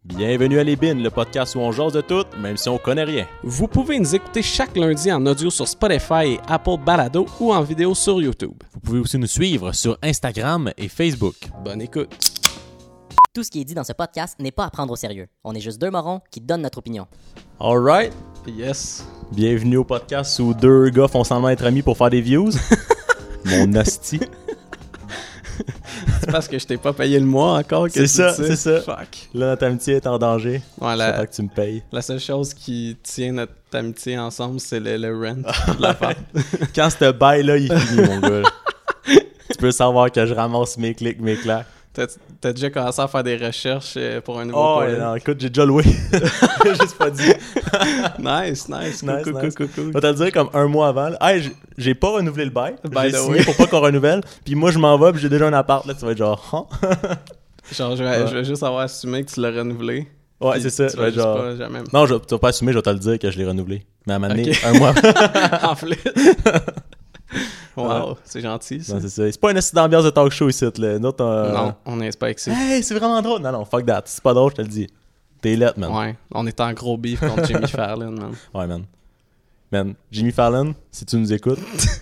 Bienvenue à Les Bines, le podcast où on jase de tout, même si on connaît rien. Vous pouvez nous écouter chaque lundi en audio sur Spotify et Apple Balado ou en vidéo sur YouTube. Vous pouvez aussi nous suivre sur Instagram et Facebook. Bonne écoute. Tout ce qui est dit dans ce podcast n'est pas à prendre au sérieux. On est juste deux morons qui donnent notre opinion. Alright, Yes. bienvenue au podcast où deux gars font semblant être amis pour faire des views. Mon hostie. C'est parce que je t'ai pas payé le mois encore que C'est tu ça, sais. c'est ça. Fuck. Là, notre amitié est en danger. Ouais, J'attends que tu me payes. la seule chose qui tient notre amitié ensemble, c'est le rent de la femme. Quand ce bail-là, il finit, mon gars. Là. Tu peux savoir que je ramasse mes clics, mes claques. T'as déjà commencé à faire des recherches pour un nouveau Oh, projet? non, écoute, j'ai déjà loué. J'ai juste pas dit. Nice. Nice. Cool. Je vais te le dire comme un mois avant. Là. Hey, j'ai pas renouvelé le bail. By J'ai the signé way. pour pas qu'on renouvelle. Puis moi, je m'en vais, puis j'ai déjà un appart. Là, tu vas être genre, Genre, je vais juste avoir assumé que tu l'as renouvelé. Ouais, Puis c'est ça. tu Je vais vas être juste genre. pas jamais... Non, tu vas pas assumer, je vais te le dire que je l'ai renouvelé. Mais à un moment donné, Ok. un mois avant. En plus. Wow, Ouais. c'est gentil, ça. Non, c'est ça. C'est pas une astuce d'ambiance de talk show ici. Là. Notre, Non, on n'est pas excité. Hey, c'est vraiment drôle. Non, fuck that. C'est pas drôle, je te le dis. T'es lettre, man. Ouais, on est en gros beef contre Jimmy Fallon, man. Ouais, man. Man, Jimmy Fallon, si tu nous écoutes.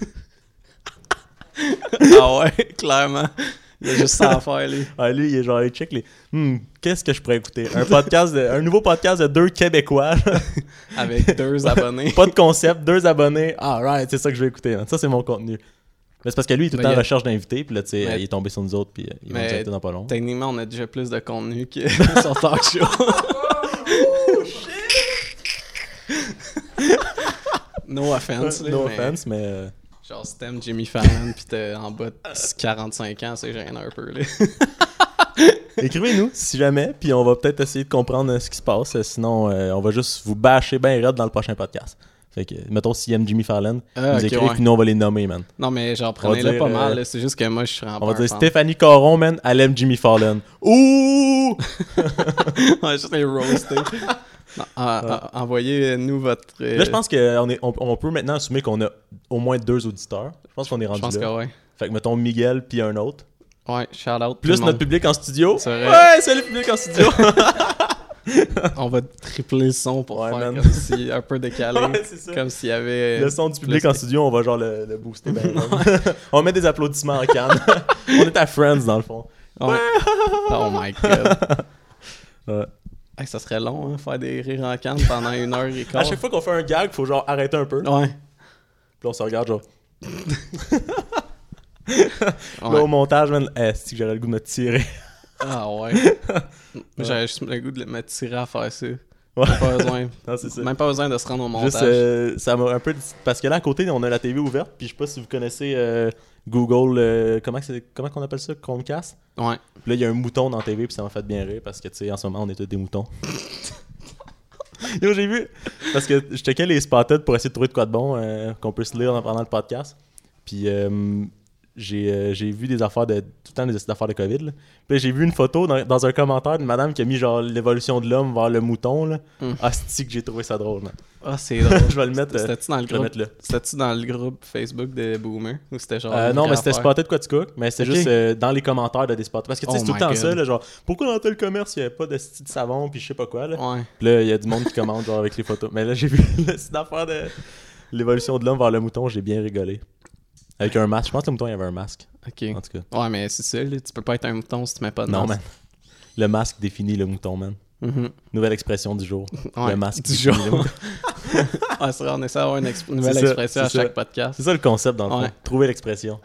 Ah ouais, clairement. Il y a juste ça à faire, lui. Ah, lui, il est genre, il check les. Qu'est-ce que je pourrais écouter? Un nouveau podcast de deux Québécois. Avec 2 abonnés. Pas de concept, 2 abonnés. Alright, c'est ça que je vais écouter. Hein. Ça, c'est mon contenu. Mais c'est parce que lui, il est tout le Mais temps il en y a- recherche d'invités. Puis là, tu sais, Mais- il est tombé sur nous autres. Puis il va nous Mais- inviter dans pas long. Techniquement, on a déjà plus de contenu que son talk show. No offense, là, No mais offense, mais. genre, si t'aimes Jimmy Fallon pis t'es en bas de 45 ans, c'est gênant un peu, là. Écrivez-nous si jamais. Puis on va peut-être essayer de comprendre ce qui se passe. Sinon, on va juste vous bâcher bien raide dans le prochain podcast. Fait que, mettons, s'il aime Jimmy Fallon, Ah, nous ok, écrivez. ouais. Puis nous, on va les nommer, man. Non, mais genre, On va prenez-le dire, pas mal, là. C'est juste que moi, je suis On vraiment va pas dire un fan. Stéphanie Caron, man, elle aime Jimmy Fallon. Ouh! Ouais, juste les roaster. Non, envoyez-nous votre... Là, je pense qu'on peut maintenant assumer qu'on a au moins 2 auditeurs. Je pense qu'on est Je rendu pense là. que ouais. Fait que mettons Miguel puis un autre. Ouais, shout-out. Plus notre public en studio. C'est vrai. Ouais, c'est le public en studio. On va tripler le son pour Ouais, faire man. comme si un peu décalé. Ouais, c'est ça. Comme s'il y avait... Le son du public plus- en studio, on va genre le booster. Ben, on va mettre des applaudissements en canne. On est à Friends dans le fond. Ouais. Oh my god. Ouais. Hey, ça serait long, hein, faire des rires en canne pendant 1h15. À chaque fois qu'on fait un gag, faut genre arrêter un peu. Puis Ouais. là, on se regarde genre. Ouais. Là, au montage, man, c'est que j'aurais le goût de me tirer. Ah ouais. J'avais juste le goût de me tirer à faire ça. Ouais. Même pas besoin. Non, c'est ça. Même pas besoin de se rendre au montage. Juste, ça m'a un peu. Parce que là, à côté, on a la TV ouverte. Puis je sais pas si vous connaissez Google. Comment qu'on appelle ça? Chromecast? Ouais. Puis là, il y a un mouton dans la TV. Puis ça m'a fait bien rire. Parce que, tu sais, en ce moment, on est tous des moutons. Yo, j'ai vu. Parce que je checkais les spotted pour essayer de trouver de quoi de bon qu'on peut se lire pendant le podcast. Puis j'ai vu des affaires tout le temps des affaires de COVID. Là. Puis là, j'ai vu une photo dans un commentaire d'une madame qui a mis genre l'évolution de l'homme vers le mouton. Là. Ah, c'est que j'ai trouvé ça drôle, man. Ah, c'est drôle. Je vais le mettre. C'était-tu dans le Je vais le groupe? mettre là. C'était-tu dans le groupe Facebook de Boomer? Ou c'était genre... une Non, vraie mais c'était affaire? Spotted quoi tu cook, mais c'était Ok. juste dans les commentaires de des spots. Parce que tu sais, Oh c'est tout le my temps God. ça, là, genre, pourquoi dans tel commerce il n'y avait pas de style de savon puis je sais pas quoi, là. Ouais. Puis là, il y a du monde qui commente genre avec les photos. Mais là, j'ai vu le site d'affaires de l'évolution de l'homme vers le mouton, j'ai bien rigolé. Avec un masque. Je pense que le mouton, il y avait un masque, OK. en tout cas. Ouais, mais c'est ça, là, tu peux pas être un mouton si tu mets pas de Non, masque. man. Le masque définit le mouton, man. Mhm. Nouvelle expression du jour. Ouais, Le masque du définit jour. le mouton. Ouais, c'est vrai, on essaie d'avoir une nouvelle C'est ça, expression à c'est chaque ça. podcast. C'est ça le concept, dans le fond. Ouais. Trouver l'expression.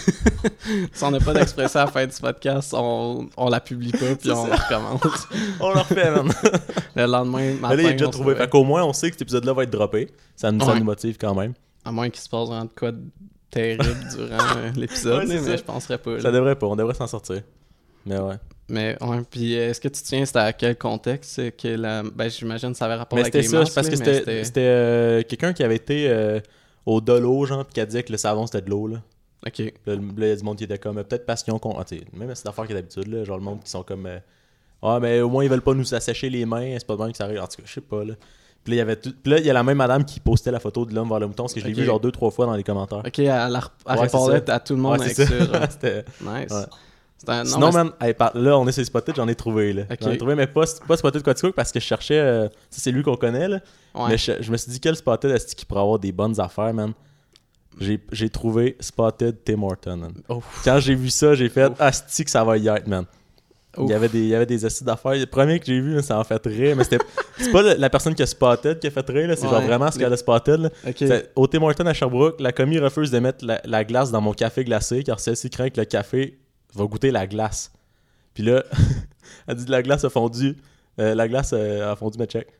Si on n'a pas d'expression à la fin du podcast, on la publie pas puis on la recommence. On le refait, man. Le lendemain matin, Mais là, il est déjà on se trouvé. réveille. Fait qu'au moins, on sait que cet épisode-là va être droppé. Ça nous Ouais. motive quand même. À moins qu'il se passe vraiment de quoi de terrible durant l'épisode, Ouais, c'est mais ça. je penserais pas. là. Ça devrait pas. On devrait s'en sortir. Mais ouais. Mais ouais, puis est-ce que tu te souviens c'était à quel contexte que la... Ben j'imagine que ça avait rapport Mais avec c'était les ça, masques, parce que là, mais c'était quelqu'un qui avait été au Dolo, genre, pis qui a dit que le savon c'était de l'eau, là. OK. Puis là, il y a du monde qui était comme, peut-être passion, même cette affaire qui est d'habitude, là, genre le monde qui sont comme, ah, mais au moins ils veulent pas nous assécher les mains, c'est pas de même que ça arrive, en tout cas, je sais pas, là. Puis là, il y a la même madame qui postait la photo de l'homme vers le mouton, parce que je l'ai Ok. vu genre 2-3 fois dans les commentaires. OK, elle Ouais, répondait c'est ça. à tout le monde Ouais, avec c'est ça. ça. genre. C'était... Nice. Ouais. Sinon, man, là, on est sur Spotted, j'en ai trouvé. Là. Okay. J'en ai trouvé, mais pas Spotted Quaticook parce que je cherchais. C'est lui qu'on connaît. Là. Ouais. Mais je me suis dit, quel Spotted est-ce qu'il pourrait avoir des bonnes affaires, man? J'ai trouvé Spotted Tim Hortons, man. Ouf. Quand j'ai vu ça, j'ai fait, asti que ça va y être, man. Il y avait des astuces d'affaires. Le premier que j'ai vu, ça m'a fait rire, mais c'est pas la personne qui a Spotted qui a fait rire, là, c'est genre vraiment ce qu'elle a Spotted. Là. Okay. Au Tim Hortons à Sherbrooke, la commis refuse de mettre la glace dans mon café glacé car celle-ci craint que le café va goûter la glace. Puis là, elle dit la glace a fondu. La glace a fondu, mais check.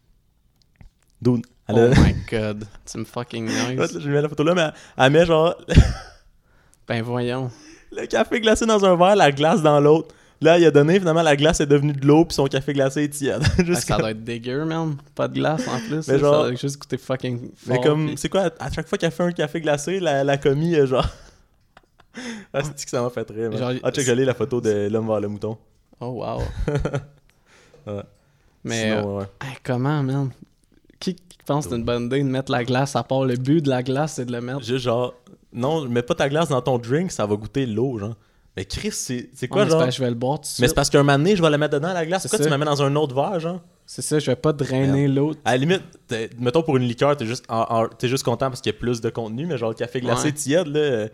Dude. Oh my god, tu me fucking nice. Je mets la photo là, mais elle met genre Ben voyons. le café glacé dans un verre, la glace dans l'autre. Là, il a donné, finalement, la glace est devenue de l'eau, puis son café glacé est tiède. Ça doit être dégueu, man. Pas de glace en plus. Mais genre, ça doit juste goûter fucking fort. Mais comme, puis... c'est quoi, à chaque fois qu'elle fait un café glacé, la commis, genre. C'est que ça m'a fait rire, man. Genre, check, j'ai la photo de l'homme vers le mouton. Oh, wow. Ouais. Mais sinon, ouais. Comment, man? Qui pense que c'est une bonne idée de mettre la glace, à part le but de la glace, c'est de le mettre? Juste genre, non, mets pas ta glace dans ton drink, ça va goûter l'eau, genre. Mais Chris, c'est quoi, genre? Je vais le boire tout de suite. Mais c'est parce qu'un moment donné, je vais la mettre dedans, la glace. Pourquoi ça. tu la mets dans un autre verre, genre? C'est ça, je vais pas drainer l'autre. À la limite, mettons pour une liqueur, t'es juste content parce qu'il y a plus de contenu, mais genre le café glacé tiède, là.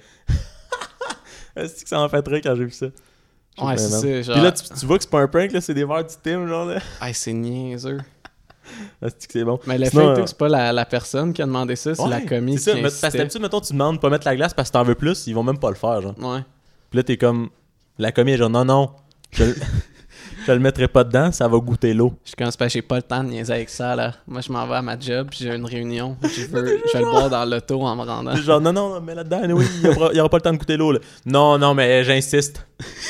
C'est que ça m'a fait rire quand j'ai vu ça. Ouais, c'est ça. Genre... Puis là, tu vois que c'est pas un prank, là, c'est des verres du Tim, genre, là. Ah, c'est niaiseux. C'est que c'est bon. Mais le Sinon, fait que c'est pas la personne qui a demandé ça, c'est la commis qui c'est ça, a parce que d'habitude, mettons, tu demandes pas mettre la glace parce que t'en veux plus, ils vont même pas le faire, genre. Ouais. Puis là, t'es comme... La commis est genre, non, je le mettrai pas dedans, ça va goûter l'eau. Je suis comme, j'ai pas le temps de niaiser avec ça, là. Moi, je m'en vais à ma job, puis j'ai une réunion. Je vais le boire dans l'auto en me rendant. Genre, non, mais là-dedans, oui, il y aura pas le temps de goûter l'eau, là. Non, mais j'insiste.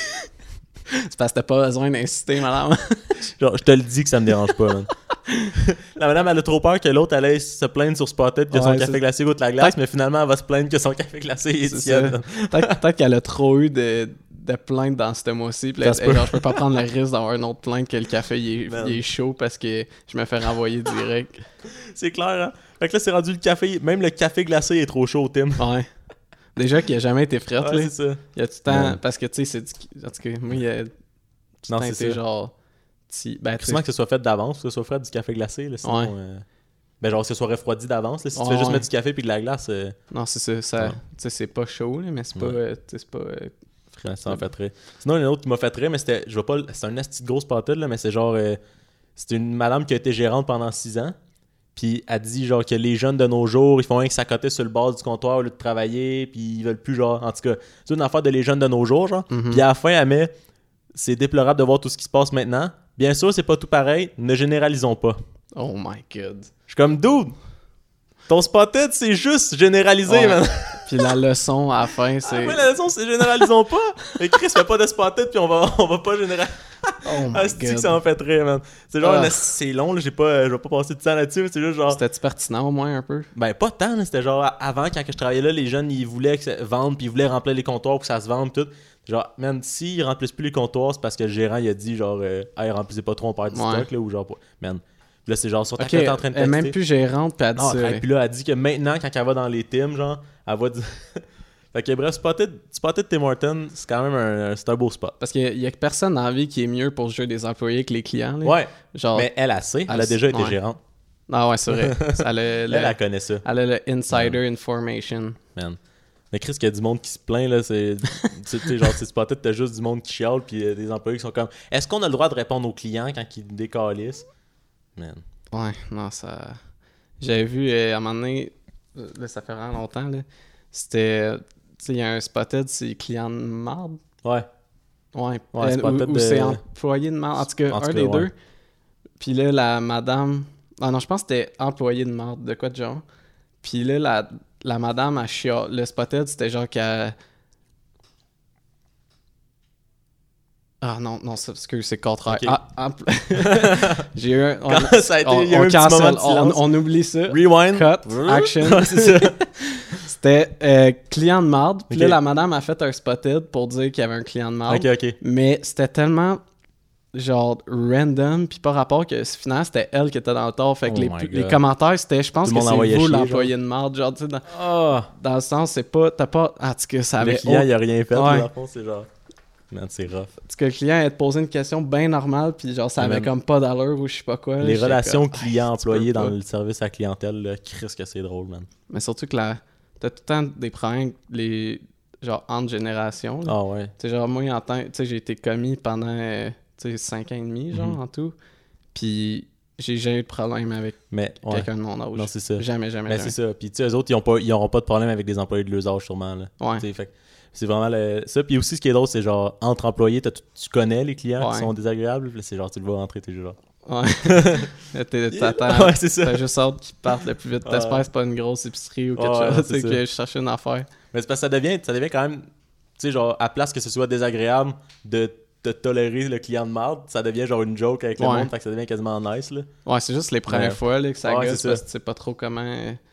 C'est parce que t'as pas besoin d'insister, madame. Genre, je te le dis que ça me dérange pas, man. La madame, elle a trop peur que l'autre allait se plaindre sur Spotted que son café glacé goûte la glace, mais finalement, elle va se plaindre que son café glacé est tiède. Peut-être qu'elle a trop eu de plaintes dans ce mois-ci. Puis là, genre, je peux pas prendre le risque d'avoir une autre plainte que le café il est chaud parce que je me fais renvoyer direct. C'est clair, hein? Fait que là, c'est rendu le café. Même le café glacé est trop chaud, Tim. Ouais. Déjà qu'il a jamais été fret, là. C'est ça. Il y a tout le temps... Parce que, tu sais, c'est du... En tout cas, moi, il y a... Non, c'est ça. genre... Ben, que ce soit fait d'avance, que ce soit frais du café glacé, là, sinon... Ouais. Ben genre que ce soit refroidi d'avance, là, si tu fais juste mettre du café puis de la glace... Non, c'est ça. Tu sais, c'est pas chaud, là, mais c'est pas... c'est pas... Ça m'a fait rire. Sinon, il y en a un autre qui m'a fait rire, mais c'était... Je vois pas... C'est un asti de grosse Spotted, là, mais c'est genre... c'était une madame qui a été gérante pendant 6 ans. Puis elle dit genre que les jeunes de nos jours, ils font rien que s'accoter sur le bord du comptoir au lieu de travailler, puis ils veulent plus genre... En tout cas, c'est une affaire de les jeunes de nos jours, genre. Mm-hmm. Puis à la fin, elle met... C'est déplorable de voir tout ce qui se passe maintenant. Bien sûr, c'est pas tout pareil. Ne généralisons pas. Oh my god. Je suis comme, dude, ton Spotted, c'est juste généraliser, man. Puis la leçon à la fin, c'est... Ouais, la leçon, c'est généralisons pas. Et Chris, fais pas de Spotted, puis on va pas généraliser. Oh my god. Que ça m'a fait rire, man. C'est genre, c'est long, là, je vais pas passer de temps là-dessus, mais c'est juste genre... C'était-tu pertinent au moins un peu? Ben, pas tant, là, c'était genre, avant, quand je travaillais là, les jeunes, ils voulaient vendre, puis ils voulaient remplir les comptoirs pour que ça se vende, tout. Genre, man, s'ils remplissent plus les comptoirs, c'est parce que le gérant, il a dit, genre, hey, remplissez pas trop, on perd du stock, là, ou genre, man. Puis là, c'est genre, sur ta tête en train de texter. Elle est même plus gérante, puis elle dit ça. Puis là, elle dit que maintenant, quand elle va dans les teams, genre, elle va dire... Fait que bref, Spotted Tim Hortons, c'est quand même c'est un beau spot. Parce qu'il y a que personne dans la vie qui est mieux pour juger des employés que les clients. Là. Ouais, genre, mais elle sait, elle a déjà été gérante. Ah ouais, c'est vrai. Elle connaît ça. Elle a le insider information. Man. Mais Chris, qu'il y a du monde qui se plaint, là, c'est... tu sais, genre, c'est Spotted, t'as juste du monde qui chiale, puis des employés qui sont comme... Est-ce qu'on a le droit de répondre aux clients quand ils décalissent? Man. Ouais, non, ça... J'avais vu, à un moment donné, là, ça fait vraiment longtemps, là, c'était... Tu sais, il y a un Spotted, c'est client de marde. Ouais. Ouais. Spotted ou c'est employé de marde. En tout cas, un des deux. Puis là, la madame... Ah non, je pense que c'était employé de marde, de quoi de genre. Puis là, la madame, elle chiale. Le Spotted, c'était genre qu'elle... Ah non, c'est parce que c'est le contraire. Okay. J'ai eu un... ça a été, il y a eu un petit moment de silence. On oublie ça. Rewind. Cut. Action. C'est ça. C'était client de marde. Puis là, la madame a fait un Spotted pour dire qu'il y avait un client de marde. OK. Mais c'était tellement, genre, random, puis par rapport que finalement, c'était elle qui était dans le tort. Fait que les commentaires, c'était, je pense que c'est vous l'employé de marde. Genre, tu sais, dans le sens, c'est pas... T'as pas... En tout cas, ça avait... Le client, il a rien fait. Ouais. Dans le fond, c'est genre... Man, c'est rough. Parce que le client allait te poser une question bien normale, puis genre, ça avait comme pas d'allure ou je sais pas quoi. Les relations comme, clients-employés dans le service à la clientèle, là, Christ que c'est drôle, man. Mais surtout que t'as tout le temps des problèmes, genre, entre générations. Là. Ah ouais. Tu sais, genre, moi, en tant tu sais, j'ai été commis pendant, 5 ans et demi, genre, en tout. Puis j'ai jamais eu de problème avec quelqu'un de mon âge. Non, c'est ça. Jamais. C'est ça. Puis, tu sais, eux autres, ils auront pas de problème avec les employés de leur âge, sûrement, là. Ouais. T'sais, fait que c'est vraiment ça. Puis aussi, ce qui est drôle, c'est genre, entre employés, tu connais les clients qui sont désagréables. Puis c'est genre, tu le vois rentrer, t'es genre... Ouais. T'attends. Ouais, c'est ça. T'as juste hâte qu'ils partent le plus vite. T'espères que c'est pas une grosse épicerie ou quelque chose. Tu sais, que je cherchais une affaire. Mais c'est parce que ça devient quand même, tu sais, genre, à place que ce soit désagréable de tolérer le client de marde, ça devient genre une joke avec le monde, fait que ça devient quasiment nice, là. Ouais, c'est juste les premières fois là, que ça gosse parce que tu sais pas trop comment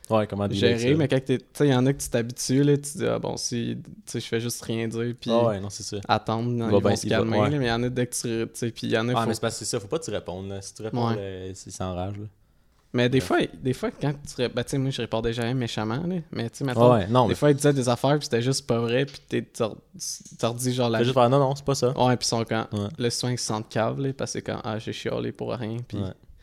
gérer, mais quand tu sais, il y en a que tu t'habitues, là, tu te dis, ah bon, si je fais juste rien dire, puis non, c'est ça. attendre, ils vont se calmer, là, mais il y en a dès que tu sais, puis il y en a... mais c'est parce que c'est ça, faut pas que tu répondes, là. Si tu réponds, ils s'enragent, là. Mais des fois, quand tu... Ben, tu sais, moi, je répondais jamais méchamment, là. Mais, tu sais, mettons, des fois, ils disaient des affaires, puis c'était juste pas vrai, puis tu leur dis, genre... Juste faire, non, c'est pas ça. Ouais, puis ils sont quand... Le soin, ils se sentent cave, là, parce que quand... Ah, j'ai chialé pour rien, puis...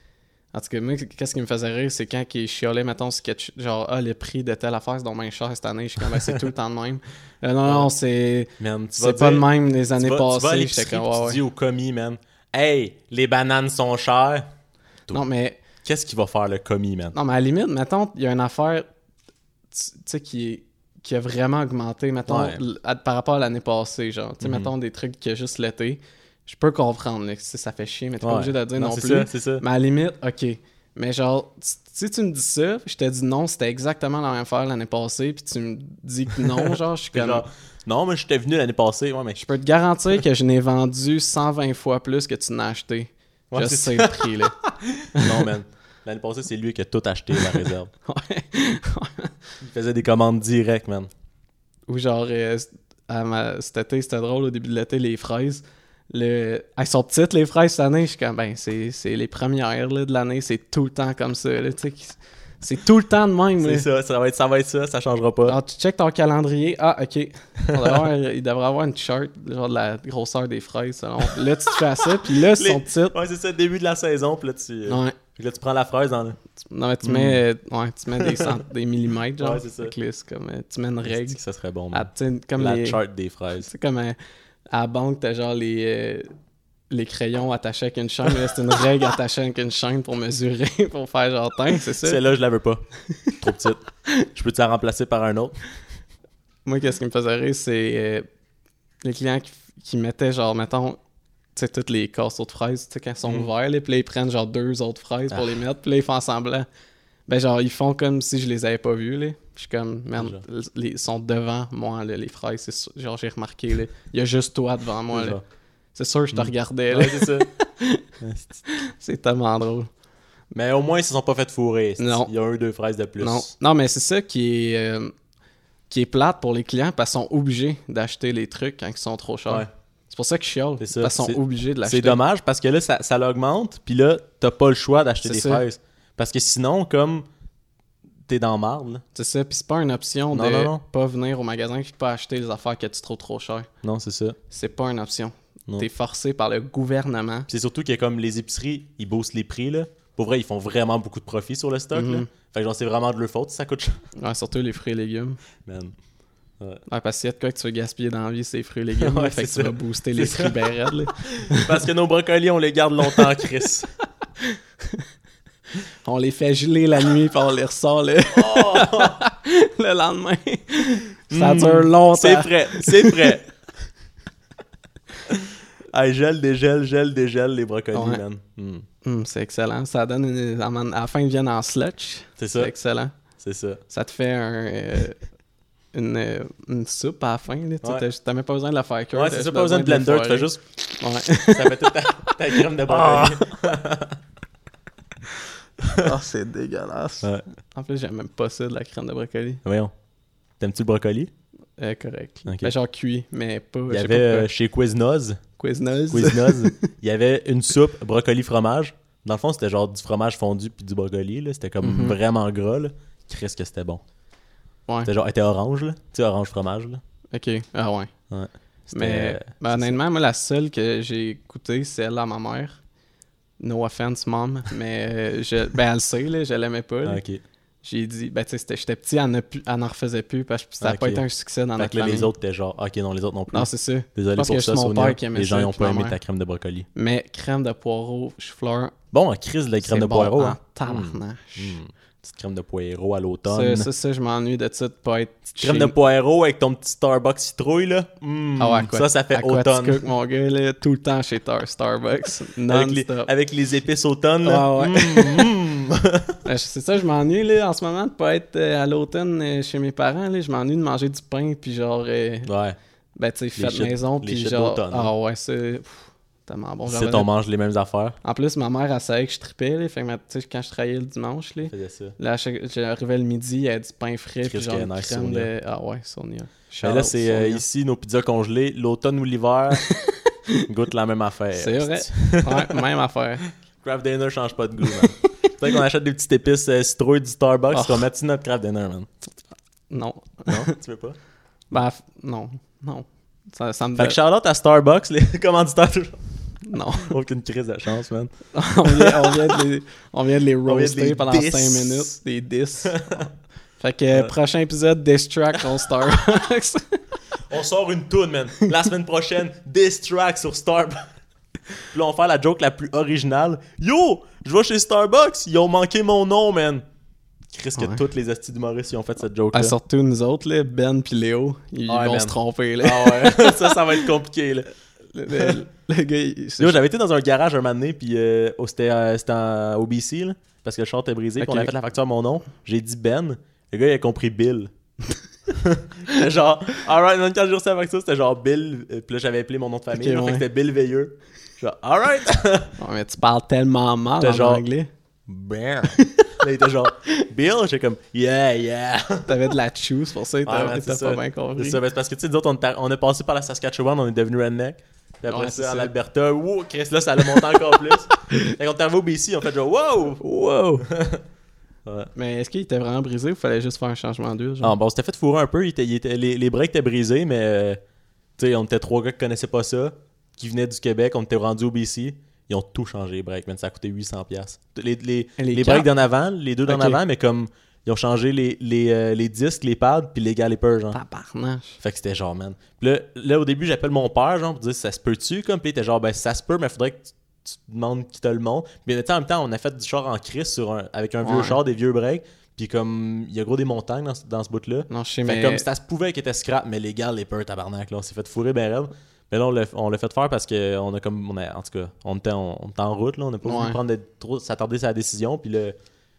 En tout cas, moi, qu'est-ce qui me faisait rire, c'est quand ils chialaient, mettons, genre, le prix de telle affaire, c'est donc bien cher cette année. Je suis comme, c'est tout le temps de même. Non, c'est pas de même les années passées. Tu vas à l'épicerie, tu dis au commis, man, hey, les bananes sont chères. Non, mais... Qu'est-ce qu'il va faire, le commis, man? Non, mais à la limite, mettons, il y a une affaire, tu sais, qui a vraiment augmenté, mettons, par rapport à l'année passée, genre. Tu sais, mettons, des trucs qu'il y a juste l'été. Je peux comprendre, là, si ça fait chier, mais t'es pas obligé de le dire non plus. C'est ça. Mais à la limite, OK. Mais genre, si tu me dis ça, je te dis non, c'était exactement la même affaire l'année passée, puis tu me dis que non, genre, je suis comme... Genre, non, mais j'étais venu l'année passée, mais... Je peux te garantir que je n'ai vendu 120 fois plus que tu n'as acheté. Je sais le prix, là. Non, man. L'année passée, c'est lui qui a tout acheté, la réserve. Il faisait des commandes directes, man. Ou genre, cet été, c'était drôle, au début de l'été, les fraises. Elles sont petites, les fraises, cette année. Je suis comme, ben, c'est les premières là, de l'année. C'est tout le temps comme ça, là, tu sais. C'est tout le temps de même, là. C'est ça va être ça, ça changera pas. Alors, tu checkes ton calendrier. Ah, OK. Il devrait avoir une chart, genre de la grosseur des fraises, selon. Là, tu te fais à ça, puis là, elles sont petites. Ouais, c'est ça, début de la saison, puis là, là, tu prends la fraise dans le... Non, mais tu mets des millimètres, genre. Ouais, c'est ça. C'est comme, tu mets une règle. Ça serait bon, comme la chart des fraises. C'est comme à la banque, t'as genre les crayons attachés avec une chaîne. Là, c'est une règle attachée avec une chaîne pour mesurer, pour faire genre teint, c'est ça? Celle-là, je la veux pas. Trop petite. Je peux-tu la remplacer par un autre? Moi, qu'est-ce qui me faisait rire, c'est les clients qui mettaient genre, mettons, tu sais, toutes les casseaux de fraises, tu sais, quand ils sont ouverts, là, puis là, ils prennent genre 2 autres fraises pour les mettre, puis là, ils font semblant. Ben, genre, ils font comme si je les avais pas vus, là. Je suis comme, merde, ils sont devant moi, là, les fraises. C'est genre, j'ai remarqué, là. Il y a juste toi devant moi, là. C'est sûr que je te regardais, là. Ouais, c'est ça. C'est tellement drôle. Mais au moins, ils se sont pas fait fourrer. Non. Il y a 1-2 fraises de plus. Non, mais c'est ça qui est plate pour les clients, parce qu'ils sont obligés d'acheter les trucs quand ils sont trop chers. Ouais. C'est pour ça qu'ils chialent, parce qu'ils sont obligés de l'acheter. C'est dommage, parce que là, ça l'augmente, puis là, t'as pas le choix d'acheter des fraises. Parce que sinon, comme t'es dans marde, là. C'est ça, puis c'est pas une option de pas venir au magasin et pas acheter les affaires que tu trouves trop cher. Non, c'est ça. C'est pas une option. T'es forcé par le gouvernement. Puis c'est surtout que comme les épiceries, ils boostent les prix, là. Pour vrai, ils font vraiment beaucoup de profit sur le stock, là. Fait que genre, c'est vraiment de leur faute si ça coûte cher. Ouais, surtout les fruits et légumes. Man. Ouais, parce qu'il y a de quoi que tu veux gaspiller dans la vie, c'est les fruits et légumes. Fait que tu vas booster les prix bien raides, là. Parce que nos brocolis, on les garde longtemps, Chris. On les fait geler la nuit puis on les ressort le lendemain. Ça dure longtemps. C'est prêt. Hey, gèle, dégèle les brocolis, man. C'est excellent. Ça donne à la fin, ils viennent en sludge. C'est ça. C'est excellent. C'est ça. Ça te fait une soupe à la fin. Là. T'as même pas besoin de la faire cuire. Ouais, c'est ça, pas besoin de blender. Tu fais juste... Ouais. Ça fait toute ta crème de brocoli. Oh, c'est dégueulasse. Ouais. En plus, j'aime même pas ça de la crème de brocoli. Voyons. T'aimes-tu le brocoli? Correct. Okay. Ben, genre cuit, mais pas... Il y avait chez Quiznoz, il y avait une soupe brocoli-fromage. Dans le fond, c'était genre du fromage fondu puis du brocoli. Là. C'était comme vraiment gras. Là. Qu'est-ce que c'était bon. Ouais. C'était genre, était orange, là. Tu sais, orange fromage, là. OK. Ah ouais. Mais honnêtement, moi, la seule que j'ai écoutée, c'est elle à ma mère. No offense, mom. Mais elle le sait, là, je l'aimais pas. Ah, ok. J'ai dit, tu sais, j'étais petit, elle n'en refaisait plus parce que ça n'a pas été un succès dans notre famille. Les autres étaient genre, ok, non, les autres non plus. Non, c'est ça. Désolé pour ça, Sonia. Les gens n'ont pas aimé ta crème de brocoli. Mais crème de poireau, chou-fleur. Bon, en crise de la crème de poireau. Hein. Tabarnak. Petite crème de poireau à l'automne. Ça, je m'ennuie de ça de pas être. Crème de poireau avec ton petit Starbucks citrouille, là. Ça fait automne. Cook, mon gars, là, tout le temps chez Starbucks. Non-stop. Avec les épices automne, là. C'est ça, je m'ennuie, là, en ce moment, de pas être à l'automne chez mes parents, là. Je m'ennuie de manger du pain, puis genre. Ouais. Ben, tu sais, fait maison, puis genre. Ah ouais, c'est. Tellement bon. C'est on mange les mêmes affaires. En plus, ma mère, elle savait que je tripais, là. Fait que, tu sais, quand je travaillais le dimanche, là. Là, j'arrivais le midi, il y avait du pain frais, puis genre nice, crème de. Ah ouais, Sonia. Mais là, c'est ici, nos pizzas congelées, l'automne ou l'hiver, goûte la même affaire. C'est vrai. Ouais, même affaire. Kraft Dinner change pas de goût, man. Peut-être qu'on achète des petites épices citrouilles du Starbucks, qu'on met sur notre Kraft Dinner, man. Non. Non, tu veux pas? Ben, non. Ça me fait que shout-out à Starbucks, les commanditaires toujours. Non. Aucune crise de chance, man. on vient de les roaster pendant 5 minutes. Des 10. Fait que prochain épisode, Diss Track on Starbucks. On sort une toune, man. La semaine prochaine, Diss Track sur Starbucks. Puis là, on va faire la joke la plus originale. Yo, je vais chez Starbucks, ils ont manqué mon nom, man. Chris, que toutes les astis d'humoristes ils ont fait cette joke-là. Surtout nous autres, là, Ben pis Léo, ils vont se tromper, là. Ah ouais, ça va être compliqué, là. Le gars, yo, j'avais été dans un garage un moment donné, puis c'était au BC, là, parce que le char était brisé, puis on avait fait la facture à mon nom. J'ai dit Ben, le gars, il a compris Bill. C'était genre, alright, même quand j'ai reçu la facture, c'était genre Bill, puis là, j'avais appelé mon nom de famille, fait que c'était Bill Veilleux. Genre, alright! Mais tu parles tellement mal en anglais. Ben. Là, il était genre, Bill, j'étais comme, yeah. T'avais de la choose pour ça, t'as pas bien compris. C'est ça, c'est parce que tu sais, nous autres, on est passé par la Saskatchewan, on est devenu redneck. Puis après ça, en Alberta, wow, Chris, là, ça allait monter encore plus. Fait qu'on est arrivé au BC, on fait genre, wow! Ouais. Mais est-ce qu'il était vraiment brisé ou fallait juste faire un changement d'huile? Ah, bon, on s'était fait fourrer un peu, les breaks étaient brisés, mais tu sais, on était 3 gars qui connaissaient pas ça, qui venaient du Québec, on était rendus au BC. Ils ont tout changé, les breaks, man. Ça a coûté 800$. Les breaks d'en avant, les deux d'en avant, mais comme ils ont changé les disques, les pads, puis les calipers, genre. Tabarnache. Fait que c'était genre, man. Puis là, au début, j'appelle mon père, genre, pour dire ça se peut-tu, comme. Puis il était genre, ben ça se peut, mais faudrait que tu demandes qui te le montre. Mais en même temps, on a fait du char en crise avec un vieux char, des vieux breaks. Puis comme, il y a gros des montagnes dans ce bout-là. Non, je sais, mais comme ça se pouvait qu'il était scrap, mais les calipers, tabarnak, là, on s'est fait fourrer ben raide. Mais là, on l'a fait faire parce que en tout cas, on était en route, là, on n'a pas voulu s'attarder sur la décision, puis là,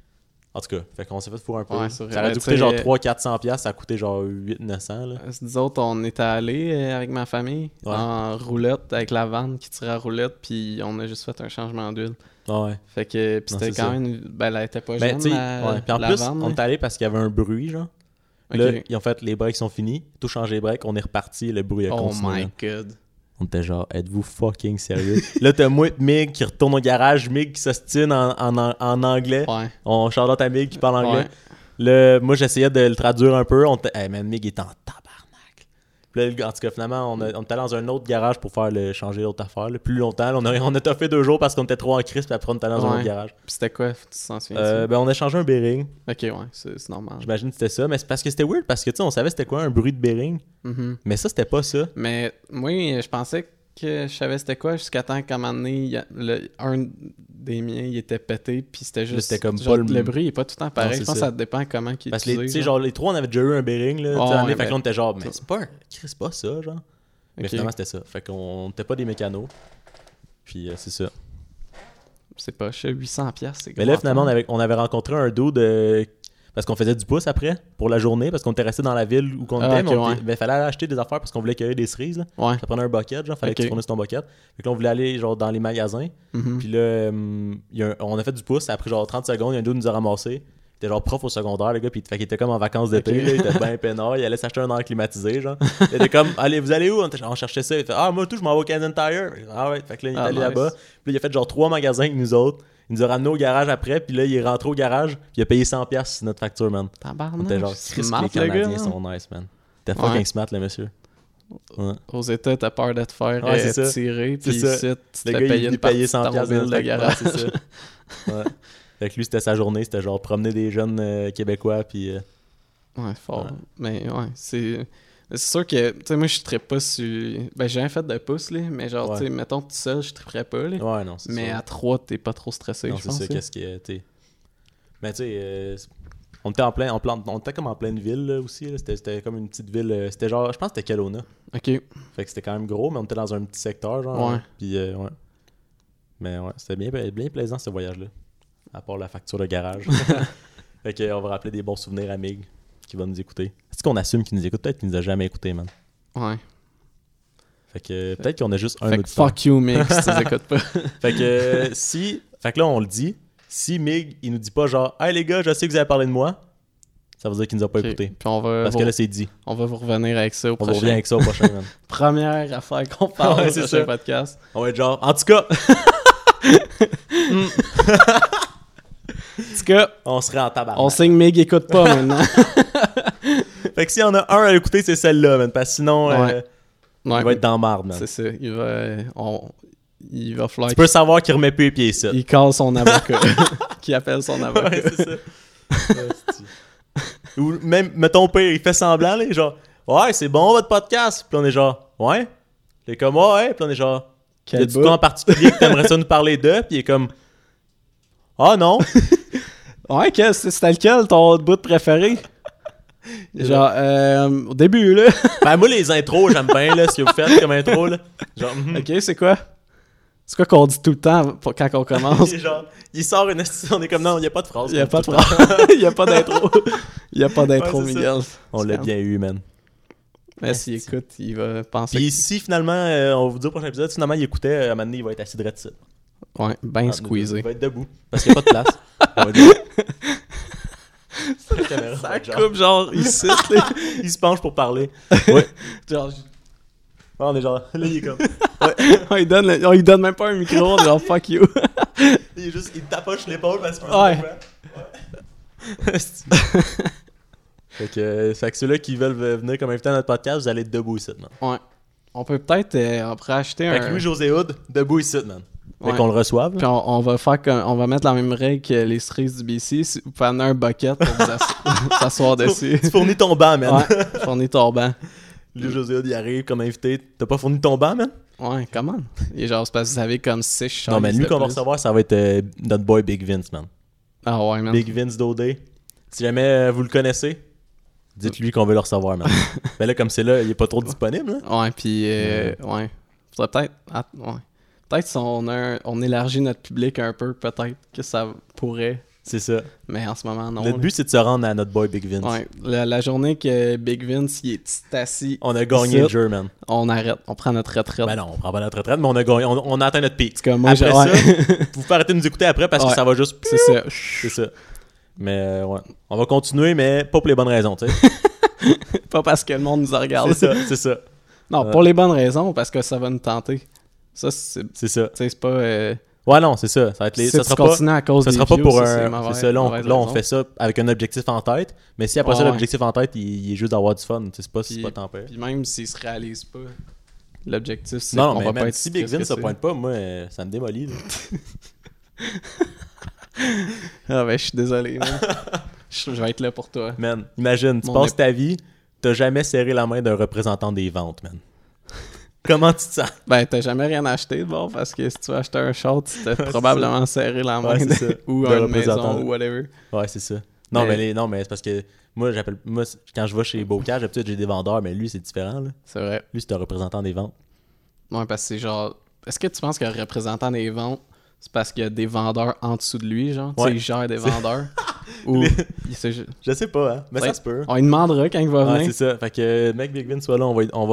en tout cas, fait qu'on s'est fait fourrer un peu. Ouais, ça aurait dû coûter genre 300-400$, ça a coûté genre 800-900$. Là. Nous autres, on était allés avec ma famille en roulette, avec la vanne qui tirait à roulette, puis on a juste fait un changement d'huile. Ouais. Fait que, puis c'était quand même, elle était pas jeune, puis en plus, on est allé parce qu'il y avait un bruit, genre. Là, ils ont fait, les breaks sont finis, tout changé les breaks, on est reparti, le bruit a continué. Oh my god. On était genre, êtes-vous fucking sérieux? Là, t'as moi et Mig qui retourne au garage, Mig qui s'ostine en anglais. Ouais. On Charlotte à Mig qui parle anglais. Ouais. Là, moi, j'essayais de le traduire un peu. Man, Mig est en tabarnak. Puis là, en tout cas, finalement, on était dans un autre garage pour changer l'autre affaire. Là. Plus longtemps, là, on a toffé 2 jours parce qu'on était trop en crise, puis après, on était dans un autre garage. Puis c'était quoi? Tu t'en souviens? Ben, on a changé un bearing. Ok, ouais, c'est normal. J'imagine que c'était ça, mais c'est parce que c'était weird, parce que, tu sais, on savait c'était quoi un bruit de bearing. Mm-hmm. Mais ça, c'était pas ça. Mais moi, je pensais que je savais c'était quoi jusqu'à temps qu'à un moment donné, un des miens, il était pété, puis c'était juste... C'était comme genre, pas le bruit, il est pas tout le temps pareil. Non, je pense que ça dépend comment il est parce utilisé. que, tu sais, genre, les 3, on avait déjà eu un bearing, là. Ouais, fait qu'on était genre, mais c'est pas c'est pas ça, genre. Mais Ok. finalement, c'était ça. Fait qu'on n'était pas des mécanos. Puis c'est ça. C'est pas cher, 800$, c'est Mais là, finalement, on avait rencontré un dude parce qu'on faisait du pouce après, pour la journée, parce qu'on était resté dans la ville où on était. Okay, Mais il fallait aller acheter des affaires parce qu'on voulait cueillir des cerises, là. Ouais. Ça prenait un bucket, genre, fallait que tu fournisses ton bucket. Fait que là, on voulait aller, genre, dans les magasins. Mm-hmm. Puis là, on a fait du pouce, ça a pris genre 30 secondes, il y a un dude nous a ramassé. Il était genre prof au secondaire, le gars, puis fait qu'il était comme en vacances d'été, là, il était bien peinard, il allait s'acheter un air climatisé, genre. Il était comme, allez, vous allez où? On cherchait ça, il fait, moi tout, je m'en vais au Canadian Tire. Ah ouais, fait que là, il est allé là-bas. Puis là, il a fait genre 3 magasins avec nous autres. Il nous a ramené au garage après, puis là, il est rentré au garage, puis il a payé 100$ sur notre facture, man. Tabarnak, on était genre, Chris, les Canadiens sont nice, man. T'es fucking smart, le monsieur. Ouais. Aux États, t'as peur de te faire tirer, puis ici, tu te fais payer une partie de ta mobile de garage. C'est ça. Ouais. Fait que lui, c'était sa journée, c'était genre promener des jeunes Québécois, puis... Ouais, fort. Ouais. Mais ouais, c'est sûr que, tu sais, moi, je trippe pas sur... Ben, j'ai rien fait de pouce, là, mais genre, tu sais, mettons, tout seul, je tripperais pas, là. Ouais, non, c'est ça. Mais à 3, t'es pas trop stressé, non, je pense. c'est ça, qu'est-ce que... t'sais... Mais tu sais, on était on était comme en pleine ville, là, aussi, là. C'était comme une petite ville... C'était genre, je pense que c'était Kelowna. OK. Fait que c'était quand même gros, mais on était dans un petit secteur, genre. Ouais. Puis, ouais. Mais ouais, c'était bien plaisant, ce voyage-là. À part la facture de garage. Fait que on va rappeler des bons souvenirs à Mig qui va nous écouter. Est-ce qu'on assume qu'il nous écoute? Peut-être qu'il nous a jamais écouté, man. Ouais. Fait que peut-être qu'on a juste un fait que auditeur. fuck you, Mig, si tu les écoutes pas. Fait que Fait que là, on le dit. Si Mig, il nous dit pas genre « Hey les gars, je sais que vous avez parlé de moi », ça veut dire qu'il nous a pas écouté. Puis on va Parce que là, c'est dit. On va vous revenir avec ça au On prochain. revient avec ça au prochain, man. Première affaire qu'on parle Ouais, au c'est prochain ça. podcast. On va être genre « En tout cas... » En tout cas, on serait en tabac. on sait que Mig écoute pas maintenant. Fait que s'il y en a un à écouter, c'est celle-là, man. Parce que sinon, Ouais. il va être dans marde, man. C'est ça. Il va falloir Tu peux savoir qu'il remet plus les pieds ici. qu'il call son avocat. Qu'il appelle son avocat. Ouais, c'est ça. Ou même, mettons pire, il fait semblant, là, genre « Ouais, c'est bon votre podcast. » Puis on est genre « Ouais. » Il est comme « Ouais. » Puis on est genre « Y Quel a-tu quoi en particulier que t'aimerais ça nous parler de? » Puis il est comme « Ah non. » Ouais, c'était lequel ton bout préféré? Genre, au début, là. Ben moi, les intros, j'aime bien, là, ce que vous faites comme intro, là. Genre, Ok, c'est quoi? C'est quoi qu'on dit tout le temps quand on commence? genre, il sort une on est comme non, il n'y a pas de phrase. Il n'y a pas de phrase. Il n'y a pas d'intro. Il n'y a pas d'intro, Ouais, c'est Miguel. On l'a bien eu, man. Mais s'il écoute, il va penser. Puis si finalement, on vous dit au prochain épisode, si finalement il écoutait, à un moment donné, il va être assis droit de ça. Ouais, ben squeezé. Il va être debout, parce qu'il n'y a pas de place. On va dire. La caméra, Ça genre, coupe genre ici. Là. il se penche pour parler. Ouais. Genre, On est genre, là, il est comme. il donne même pas un micro, on est genre fuck you. Il est juste, il tapoche l'épaule parce qu'il Ouais. Ouais. Fait que ceux-là qui veulent venir comme invité à notre podcast, vous allez être debout ici, man. Ouais. On peut peut-être on pourrait acheter Fait que un. Louis-José Hood, debout ici, man. Fait Ouais. qu'on le reçoive. Puis on va faire on va mettre la même règle que les cerises du BC. Vous pouvez amener un bucket pour vous s'asseoir dessus. Tu fournis ton banc, man. Ouais, fournis ton banc. Louis-José Hood, il arrive comme invité. T'as pas fourni ton banc, man? Ouais, comment? Et genre, c'est parce que vous avez comme 6 chaises. Non, mais lui de qu'on va plus. recevoir, ça va être notre boy Big Vince, man. Ah ouais, man. Big Vince Dodé. Si jamais vous le connaissez, dites-lui qu'on veut le recevoir, man. Mais là, comme c'est là, il est pas trop disponible, là. Ouais, puis ouais. Faudrait peut-être. Ouais. Peut-être si on élargit notre public un peu, peut-être que ça pourrait. C'est ça. Mais en ce moment, non. Notre but, c'est de se rendre à notre boy Big Vince. Ouais. La journée que Big Vince il est assis, On a gagné le jeu, man. on arrête. On prend notre retraite. Ben non, on prend pas notre retraite, mais on a gagné. On a atteint notre pic. Parce que moi, Après ouais. ça, vous pouvez arrêter de nous écouter après parce que Ouais. ça va juste. C'est ça. C'est ça. Mais ouais. On va continuer, mais pas pour les bonnes raisons, tu sais. Pas parce que le monde nous regarde. C'est ça, c'est ça. Non, pour les bonnes raisons, parce que ça va nous tenter. Ça, c'est. C'est ça. Tu sais, c'est pas. Ouais, non, c'est ça. Ça va être les. Si Ça tu sera pas. continues à cause Ça des sera pas views, pour ça, c'est un. mauvaise- C'est ça, là, mauvaise on raison. fait ça avec un objectif en tête. Mais si après ça, Ouais. l'objectif en tête, il est juste d'avoir du fun. Tu sais, c'est pas, c'est pas tant pire. Puis même s'il se réalise pas, l'objectif, c'est Non, qu'on mais va man, pas être si Big Vince se stressé. pointe pas, moi, ça me démolit. Là. Ah ben, je suis désolé, man. Je vais être là pour toi. Man, imagine, tu Mon passes ta vie, t'as jamais serré la main d'un représentant des ventes, man. Comment tu te sens? Ben, t'as jamais rien acheté, bon, parce que si tu veux acheter un short, tu t'as probablement serré la main Ouais, c'est ça. ou De une représentant. maison ou whatever. Ouais, c'est ça. Non, Mais- mais c'est parce que moi, quand je vais chez Beaucage, d'habitude, j'ai des vendeurs, mais lui, c'est différent, là. C'est vrai. Lui, c'est un représentant des ventes. Ouais, parce que c'est genre... Est-ce que tu penses qu'un représentant des ventes, c'est parce qu'il y a des vendeurs en dessous de lui, genre? Tu sais, Ouais. il gère des vendeurs? Ou... Je sais pas, hein. Mais ça se peut. On lui demandera quand il va Ouais, venir. c'est ça. Fait que, mec, Big Vince soit là,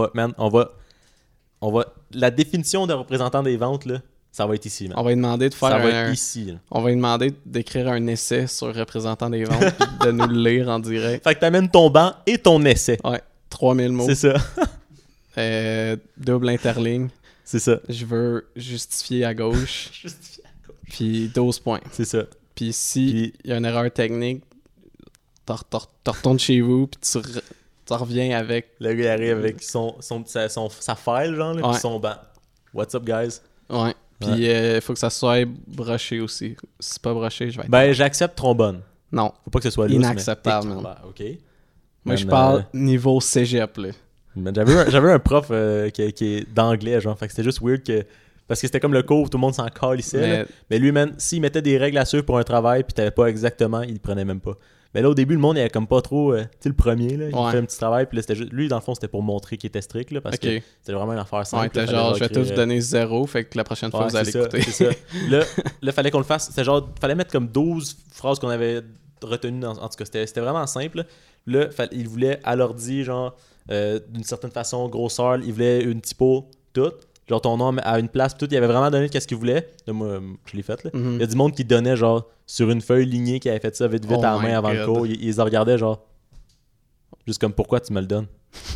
on va... La définition de représentant des ventes, là, ça va être ici, man. On va lui demander de faire Ça va un... être ici, là. On va lui demander d'écrire un essai sur représentant des ventes puis de nous le lire en direct. Fait que t'amènes ton banc et ton essai. Ouais, 3000 mots. C'est ça. Double interligne. C'est ça. Je veux justifier à gauche. Puis 12 points. C'est ça. Puis si il y a une erreur technique, tu retournes chez vous puis tu ça revient avec... Le gars, il arrive avec sa file, genre, là, Ouais. pis son banc. What's up, guys? Ouais. Puis il faut que ça soit broché aussi. Si c'est pas broché, je vais être... Ben, j'accepte trombone. Non. Faut pas que ce soit lousse, Inacceptable, mais... man. OK. Moi, je parle niveau cégep, là. Mais j'avais un prof qui est d'anglais, genre. Fait que c'était juste weird que... Parce que c'était comme le cours où tout le monde s'en calissait. Mais lui, man, s'il mettait des règles à suivre pour un travail puis t'avais pas exactement, il le prenait même pas. Mais là, au début, le monde, il avait comme pas trop... tu sais, le premier, là, il fait un petit travail. Puis là, c'était juste... Lui, dans le fond, c'était pour montrer qu'il était strict, là, parce que c'était vraiment une affaire simple. Ouais, t'es genre, je vais tous vous donner 0, fait que la prochaine fois, vous allez écouter. C'est ça. Là, fallait qu'on le fasse. C'était genre... Fallait mettre comme 12 phrases qu'on avait retenues. En tout cas, c'était vraiment simple. Là, il voulait à l'ordi, genre, d'une certaine façon, grosseur. Il voulait une typo, toute. Genre ton nom à une place, tout, il avait vraiment donné qu'est-ce qu'il voulait. Là, moi, je l'ai fait, là. Mm-hmm. Il y a du monde qui donnait, genre, sur une feuille lignée, qui avait fait ça vite à la main avant le cours. Ils les regardaient, genre, juste comme, pourquoi tu me le donnes?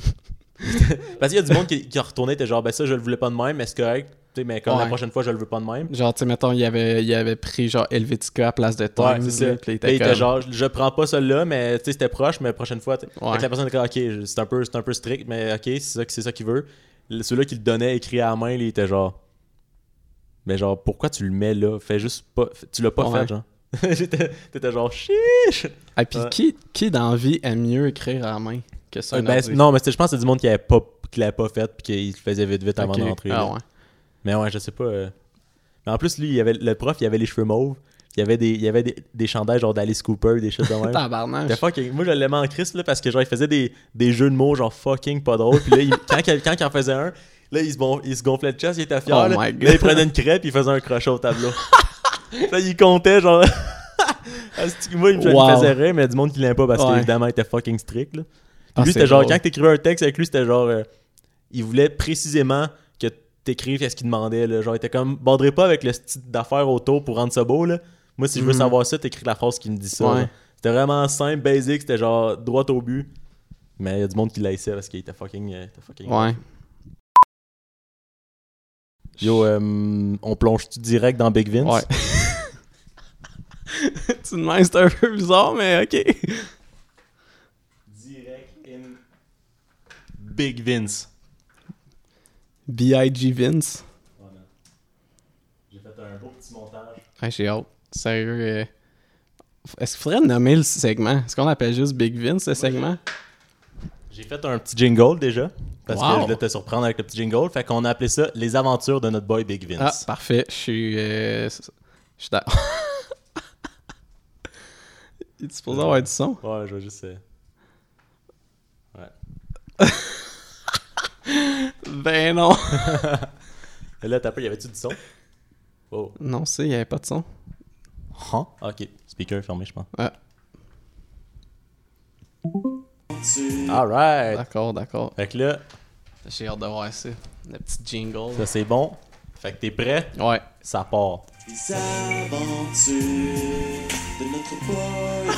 Parce qu'il y a du monde qui retournait, était genre, ben ça, je le voulais pas de même, mais c'est correct. Mais comme la prochaine fois, je le veux pas de même. Genre, tu sais, mettons, il avait pris, genre, Helvetica à place de Times. Ouais, c'est ça. Puis il était genre, je prends pas celui-là, mais tu sais, c'était proche, mais la prochaine fois, fait que la personne était comme, ok, c'est un peu strict, mais ok, c'est ça qu'il veut. Celui-là qui le donnait écrit à la main, il était genre... Mais genre, pourquoi tu le mets là? Fais juste pas... Tu l'as pas fait, genre. T'étais genre, chiche! Et puis qui dans la vie aime mieux écrire à la main que ça? Non, mais je pense que c'est du monde qui l'avait pas fait puis qu'il le faisait vite avant d'entrer. Ouais. Mais ouais, je sais pas. Mais en plus, lui, le prof, il avait les cheveux mauves. Il y avait des chandails genre d'Alice Cooper, des choses de même. Tabarnak. Moi, je l'aimais en Christ, là, parce que genre, il faisait des jeux de mots genre fucking pas drôles. Puis là, quand il en faisait un, là, il se gonflait le chest, il était fier. Là, il prenait une crêpe, il faisait un crochet au tableau. Là, il comptait genre... Moi, il me faisait rire, mais il y a du monde qui l'aimait pas parce qu'évidemment, il était fucking strict. Là. Lui, c'était genre, quand t'écrivais un texte avec lui, c'était genre... il voulait précisément que t'écrives ce qu'il demandait. Là. Genre, il était comme, borderai pas avec le style d'affaires autour pour rendre ça beau. Là. Moi, si je veux savoir ça, t'écris la phrase qui me dit ça. Ouais. C'était vraiment simple, basic, c'était genre droit au but. Mais il y a du monde qui l'haïssait parce qu'il était fucking... Ouais. Yo, on plonge-tu direct dans Big Vince? Ouais. Tu me c'est un peu bizarre, mais ok. Direct in Big Vince. B.I.G. Vince. Voilà. J'ai fait un beau petit montage. Ouais, j'ai hâte. Sérieux. Est-ce qu'il faudrait nommer le segment? Est-ce qu'on appelle juste Big Vince, le segment? J'ai fait un petit jingle déjà. Parce que je Wow. voulais te surprendre avec le petit jingle. Fait qu'on a appelé ça Les aventures de notre boy Big Vince. Ah, parfait. Je suis d'accord. Il est supposé avoir du son? Ouais, je vais juste... Ben non. Et là, y avait-tu du son? Oh. Non, il n'y avait pas de son. Huh? Ok. Speaker fermé, je pense. Ah. Alright. D'accord. Fait que là, J'ai hâte de voir ça. Le petit jingle. ça c'est bon. Fait que t'es prêt? Ouais. Ça part. Les aventures de notre boy.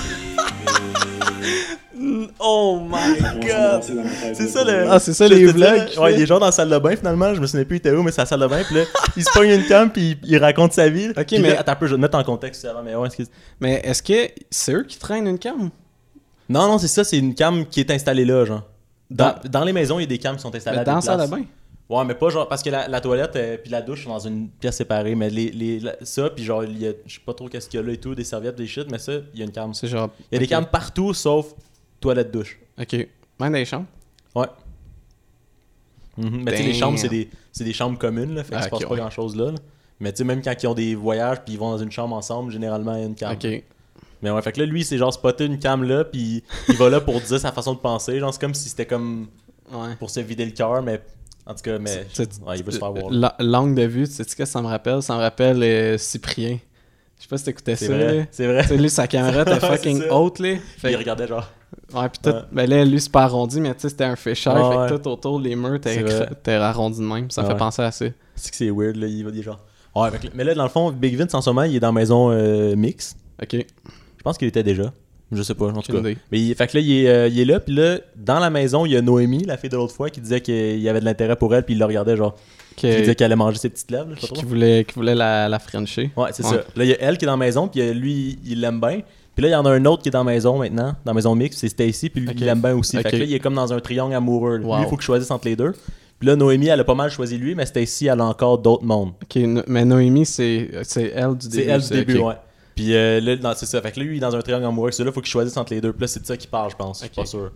Oh my god! C'est ça le. Ah, c'est ça je les te dis, vlogs qu'il Ouais, fait? il est genre dans la salle de bain finalement. Je me souviens plus il était où, mais c'est la salle de bain. Puis là, il se pogne une cam puis il raconte sa vie. Ok, Puis mais- là, attends un peu, je vais te mettre en contexte avant. Mais ouais, excuse. Mais est-ce que c'est eux qui traînent une cam? Non, c'est ça, c'est une cam qui est installée là, genre. Dans les maisons, il y a des cams qui sont installées Mais à des dans la salle de places. bain? Ouais, mais pas genre parce que la toilette puis la douche sont dans une pièce séparée, mais ça puis genre il y a je sais pas trop qu'est-ce qu'il y a là et tout, des serviettes, des shit, mais ça il y a une cam. C'est genre. Il y a des ok. cams partout sauf toilette douche. Ok. Même dans les chambres? Ouais. Mais tu sais les Damn. chambres c'est des chambres communes là, fait que Ah, se passe ok, pas ouais. grand-chose là. Mais tu sais même quand ils ont des voyages puis ils vont dans une chambre ensemble, généralement il y a une cam. Ok. Mais ouais, fait que là lui c'est genre spotter une cam là puis il va là pour dire sa façon de penser, genre c'est comme si c'était comme Ouais. pour se vider le cœur mais en tout cas mais ouais, il veut se faire voir. Là. Langue de vue, tu sais ce que ça me rappelle? Ça me rappelle Cyprien. Je sais pas si t'écoutais ça. C'est vrai, là. c'est vrai. Tu sais, lui, sa caméra était Ouais, fucking c'est ça. haute, là. Fait Il que- regardait genre ouais, pis tout. Ouais. Ben là, lui, c'est pas arrondi, mais tu sais, c'était un fisheye. Ouais, fait ouais. que tout autour, les murs, C'est vrai. t'es arrondi de même. Ça me Ouais. fait penser à ça. c'est que c'est weird là, il va dire genre. Ouais, fait que- mais là dans le fond Big Vince en ce moment, il est dans la maison mixte. Ok. Je pense qu'il était déjà. Je sais pas, en tout Aucune cas. idée. Mais fait que là, il est là, puis là, dans la maison, il y a Noémie, la fille de l'autre fois, qui disait qu'il y avait de l'intérêt pour elle, puis il la regardait, genre. Qui disait qu'elle allait manger ses petites lèvres, là, je sais pas Qui trop. voulait la Frencher. Ouais, c'est Ouais. ça. Là, il y a elle qui est dans la maison, puis lui, il l'aime bien. Puis là, il y en a un autre qui est dans la maison maintenant, dans la maison mixte, c'est Stacy, puis lui, il l'aime bien aussi. Fait que là, il est comme dans un triangle amoureux. Lui, il faut qu'il choisisse entre les deux. Puis là, Noémie, elle a pas mal choisi lui, mais Stacy, elle a encore d'autres mondes. Ok, mais Noémie, c'est elle du début. C'est elle du début, ouais. Puis là, c'est ça. Fait que là, lui, il est dans un triangle amoureux. Celui-là, il faut qu'il choisisse entre les deux. Puis là, c'est de ça qu'il parle, je pense. Je suis pas sûr.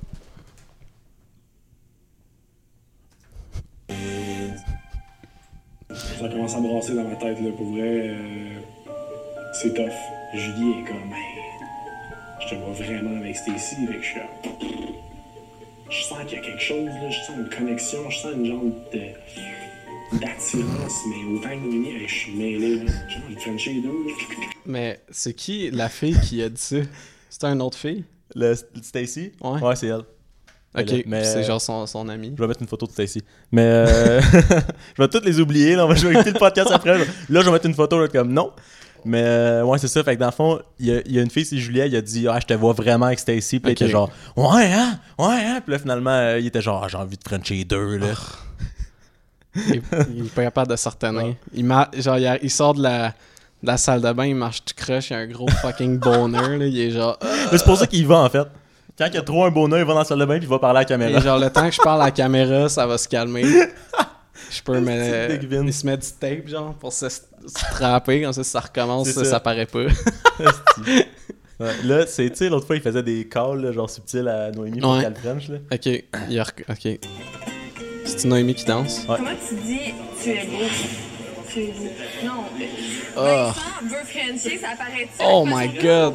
Ça commence à brasser dans ma tête, là. Pour vrai, c'est tough. Julie est comme, je te vois vraiment avec Stacy, fait que je sens qu'il y a quelque chose, là. Je sens une connexion, je sens une genre d'attirance, mais autant que Noémie, je suis mêlé, là. J'ai envie de frencher les deux, là. Mais c'est qui la fille qui a dit ça? C'était une autre fille? Le Stacy? Ouais, c'est elle. Ok, mais c'est genre son ami. Je vais mettre une photo de Stacy. Mais je vais toutes les oublier. Là. Je vais écouter le podcast après. Là, je vais mettre une photo là, comme non. Mais ouais, c'est ça. Fait que dans le fond, il y a une fille, c'est Julia, il a dit je te vois vraiment avec Stacy. Puis il était genre ouais, hein. Puis là, finalement, il était genre j'ai envie de frencher les deux. Là. Il est pas capable de se retenir. Il sort de la salle de bain, il marche tout croche, il a un gros fucking bonheur. Là, il est genre. Mais c'est pour ça qu'il y va en fait. Quand il y a trop un bonheur, il va dans la salle de bain puis il va parler à la caméra. Et genre, le temps que je parle à la caméra, ça va se calmer. Je peux il se met du tape, genre, pour se trapper. Comme ça, si ça recommence, ça paraît pas. Ouais, là, tu sais, l'autre fois, il faisait des calls, là, genre subtils à Noémie pour qu'elle French, là. Ok. C'est Noémie qui danse. Ouais. Comment tu dis tu es beau? Tu es beau. Non. Oh. Vincent veut Frencher, ça apparaît-tu? Oh my god.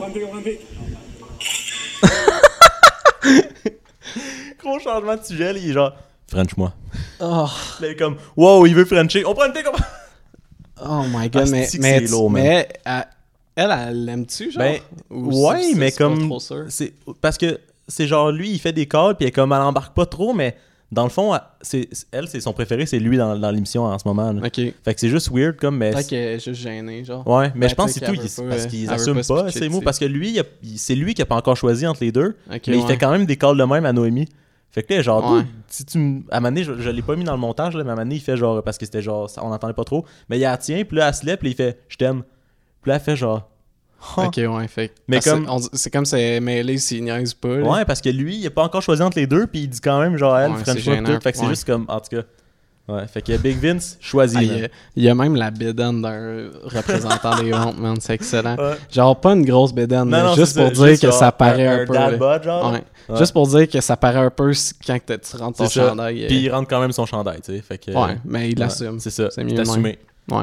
Gros changement de sujet, là, il est genre French-moi. Oh. Là, il est comme wow, il veut Frencher. On prend une pique, Oh my god, mais elle l'aime-tu, genre? Ben, ouais, mais comme. C'est parce que c'est genre lui, il fait des calls, puis elle embarque pas trop, mais dans le fond, c'est son préféré, c'est lui dans l'émission en ce moment. Là. Ok. Fait que c'est juste weird, comme. Mais peut-être qu'elle est juste gênée, genre. Ouais, mais je pense que c'est tout, parce qu'ils assument pas ces mots, parce que lui, c'est lui qui a pas encore choisi entre les deux, mais il fait quand même des calls de même à Noémie. Fait que là, genre, si tu à un moment donné, je l'ai pas mis dans le montage, là, mais à un moment donné, il fait genre, parce que c'était genre, on n'entendait pas trop, mais il la tient, puis là, elle se lève, puis il fait, je t'aime. Puis là, elle fait genre, ok, ouais, fait mais comme, c'est comme c'est mêlé s'il niaise pas. Là. Ouais, parce que lui, il a pas encore choisi entre les deux, puis il dit quand même, genre, elle, French-moi tout. Fait que c'est juste comme, en tout cas. Ouais, fait que Big Vince choisit. Il y a même la bédaine d'un représentant des hontes, man, c'est excellent. Ouais. Genre, pas une grosse bédaine, mais juste pour dire que ça paraît un peu. Dad bod, genre. Ouais. Juste pour dire que ça paraît un peu quand tu rentres ton chandail. Puis il rentre quand même son chandail, tu sais. Fait que, ouais, mais il l'assume. C'est ça, c'est mieux assumé. Ouais.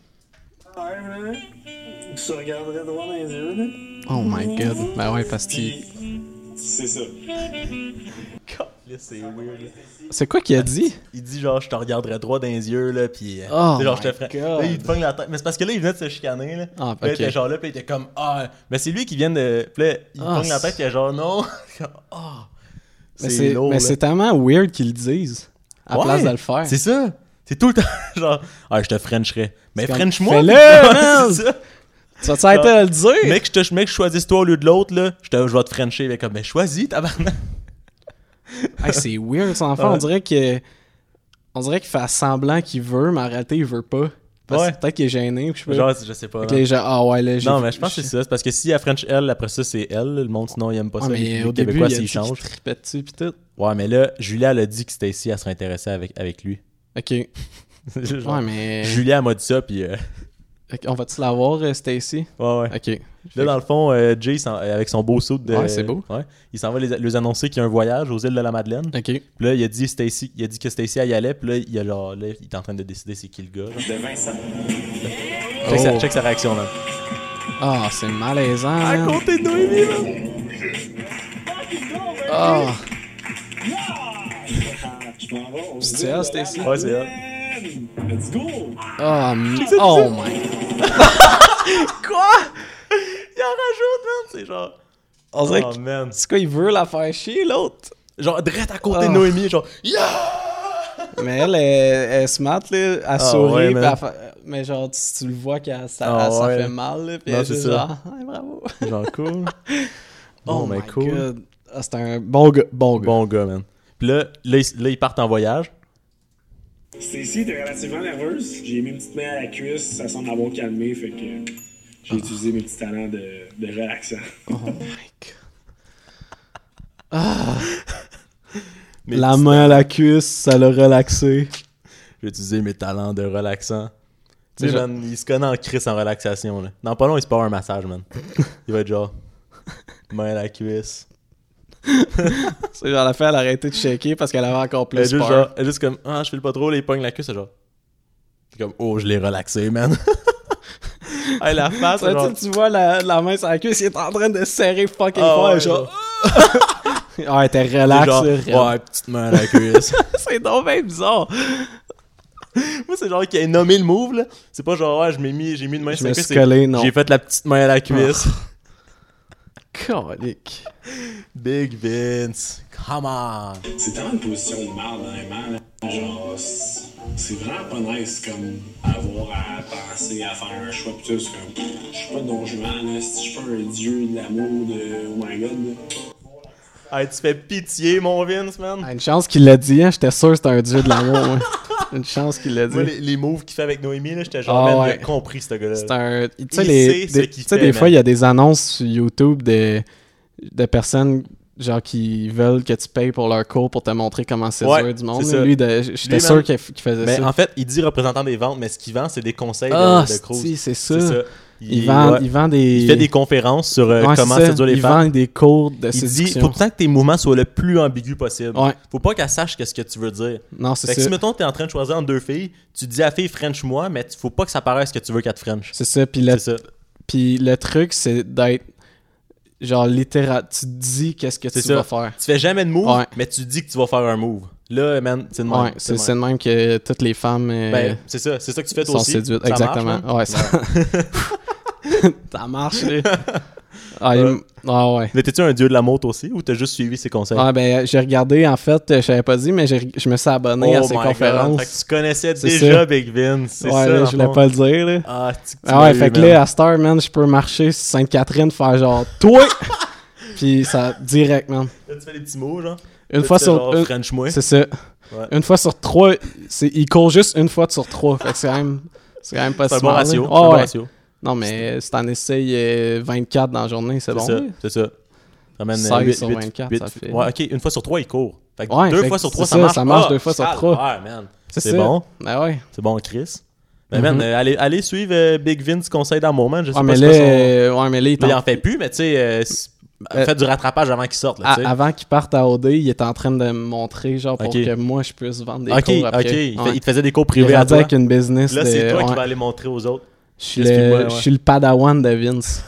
Tu regarderais droit dans les yeux, là? Oh my god. Ben ouais, parce que. C'est ça. C'est weird. C'est quoi qu'il a dit? Il dit genre je te regarderais droit dans les yeux là pis genre je te ferais. Là il te pogne la tête. Mais c'est parce que là il venait de se chicaner là. Ah, il était genre là pis il était comme mais c'est lui qui vient de. Puis là il pogne la tête pis il est genre non. C'est lourd. Mais c'est tellement weird qu'ils le disent à place de le faire. C'est ça. C'est tout le temps genre je te frencherais. Mais french-moi. Fais-le, man! Tu vas-tu arrêter de le dire? Mec, je choisisse toi au lieu de l'autre là. Je vais te frencher. Mais comme choisis tabarnak. Hey, c'est weird son enfant, on dirait qu'il fait semblant qu'il veut, mais en réalité il veut pas. Peut-être qu'il est gêné. Genre, je sais pas. Non, mais je pense que c'est ça. C'est parce que si elle French elle, après ça c'est elle. Le monde sinon il aime pas ça. Mais au Québécois début, s'il change. Il tripait dessus pis tout. Ouais, mais là, Julia elle a dit que Stacy elle serait intéressée avec lui. Ok. Genre, ouais, mais. Julia m'a dit ça puis. On va-tu la voir, Stacy? Ouais. Ok. Là, dans le fond, Jay, avec son beau suit de. Ouais, c'est beau. Ouais, il s'en va les annoncer qu'il y a un voyage aux îles de la Madeleine. Ok. Puis là, il a dit que Stacy elle y allait. Puis là, il est en train de décider c'est qui le gars. Genre. De Vincent. Check sa réaction, là. Ah, c'est malaisant. À côté de Noémie, là. Ah. C'est elle, Stacy? Ouais, c'est elle. Let's go! Oh my. Quoi? Il en rajoute, man. C'est genre. On dirait man. C'est quoi, il veut la faire chier, l'autre? Genre, direct à côté de Noémie, genre. Yeah! Mais elle est smart, là. Elle sourit, mais genre, tu le vois que ça fait mal, là. Puis elle est genre, bravo. Genre, cool. Oh my god. Ah, c'est un bon gars. Bon gars, man. Puis là, ils partent en voyage. Stacy était relativement nerveuse. J'ai mis une petite main à la cuisse, ça semble avoir calmé, fait que J'ai utilisé mes petits talents de relaxant. Oh my god. Mes La petits main à la cuisse, ça l'a relaxé. J'ai utilisé mes talents de relaxant. Tu sais, Déjà- man, il se connaît en crise en relaxation, là. Dans pas long, il se part un massage, man. Il va être genre... main à la cuisse. C'est genre la fille, elle a arrêté de shaker parce qu'elle avait encore Elle est plus juste, peur. genre, elle est juste comme... Ah, je file pas trop, les pogne la cuisse, c'est genre... C'est comme... Oh, je l'ai relaxé, man. Hey, la face, c'est genre... Tu vois la main sur la cuisse, il est en train de serrer fucking Ah, fort, ouais, genre... Ouais, t'es relax, genre, là. ouais, petite main à la cuisse. C'est donc bien bizarre. Moi, c'est genre qui a nommé le move, là. C'est pas genre, ouais, j'ai mis une main Je sur la me cuisse. suis collé, non. J'ai fait la petite main à la cuisse. Colique. Big Vince, come on. C'est tellement une position de merde, honnêtement. Là. Genre, c'est vraiment pas nice comme avoir à penser à faire un choix. Pis tout, c'est comme, je suis pas Don Juan, là. Si je suis pas un dieu de l'amour de Oh my god, là. Hey, tu fais pitié, mon Vince, man. Ah, une chance qu'il l'a dit, hein. J'étais sûr que c'était un dieu de l'amour, moi. Une chance qu'il l'a dit. Moi, les moves qu'il fait avec Noémie, là, j'étais genre, Ah, man, ouais. il a compris, ce gars-là. C'est un. Tu Il sais, sait ce qu'il fait, des man. fois, il y a des annonces sur YouTube de personnes genre qui veulent que tu payes pour leur cours pour te montrer comment séduire Ouais, du monde. c'est là. ça. Lui, j'étais Lui, sûr man, qu'il faisait Mais ça. en fait, il dit représentant des ventes, mais ce qu'il vend, c'est des conseils Ah, de cruise. si, c'est ça. C'est ça. Il vend des. Il fait des conférences sur Ouais, comment c'est ça. séduire les Il femmes. vend des cours de Il dit, séduction. faut tout le temps que tes mouvements soient le plus ambigus possible. Ouais. Faut pas qu'elle sache qu'est-ce que tu veux dire. Non, c'est Fait que ça. si, mettons, t'es en train de choisir entre deux filles, tu dis à la fille French-moi, mais faut pas que ça paraisse que tu veux qu'elle te French. C'est ça. C'est ça. Puis le truc, c'est d'être genre littéral. Tu te dis qu'est-ce que C'est tu ça. vas faire. Tu fais jamais de move, Ouais. mais tu dis que tu vas faire un move. Là, man, c'est de même. Ouais, c'est de même que toutes les femmes Ben, c'est ça que tu fais toi sont aussi. séduites. Ça Exactement. marche, man. Ouais, ça. Ça marche, là. Ah, ouais. Mais t'es-tu un dieu de la mode aussi ou t'as juste suivi ses conseils? Ah, ben, j'ai regardé, en fait, je t'avais pas dit, mais je me suis abonné à ses my conférences. God. Fait que tu connaissais C'est déjà ça. Big Vince. C'est Ouais, ça. là, dans je le voulais fond. pas le dire, là. Ah, tu Ah ouais, m'as fait eu, que man. là, à Star, man, je peux marcher sur Sainte-Catherine, faire genre, toi! Puis ça, direct, man. Là, tu fais des petits mots, genre. Une Là, fois tu fais sur. genre French-moi. C'est ça. Ouais. Une fois sur 3, il court juste une fois sur 3. Fait que c'est quand même pas C'est un si bon mal, là. ratio. Ah, c'est un bon ouais. ratio. Non, mais si t'en essayes 24 dans la journée, c'est bon. C'est ça. là. C'est ça. Ça mène 16 sur 24, ça fait- Ouais, ok, une fois sur 3, il court. Fait que Ouais, deux fait fois que sur 3, c'est ça ça, marche. ça marche Ah, deux fois sur calme. 3. Ouais, man. C'est ça. bon. Ben ouais. C'est bon, Chris. Mais man, allez suivre Big Vince conseil d'amour, man. Je sais Ouais, pas mais si là, c'est son... ouais, mais là, Là, il en fait plus, mais tu sais, faites du rattrapage avant qu'il sorte, là, tu sais. avant qu'il parte à OD, il était en train de me montrer, genre, pour Ok. que moi, je puisse vendre des Ok, cours après. ok. Il Ouais. te faisait des cours Il privés à radait toi. avec une business Là, de... c'est toi qui ouais. vas aller montrer aux autres. Je suis Excuse-moi, le, ouais. je suis le padawan de Vince.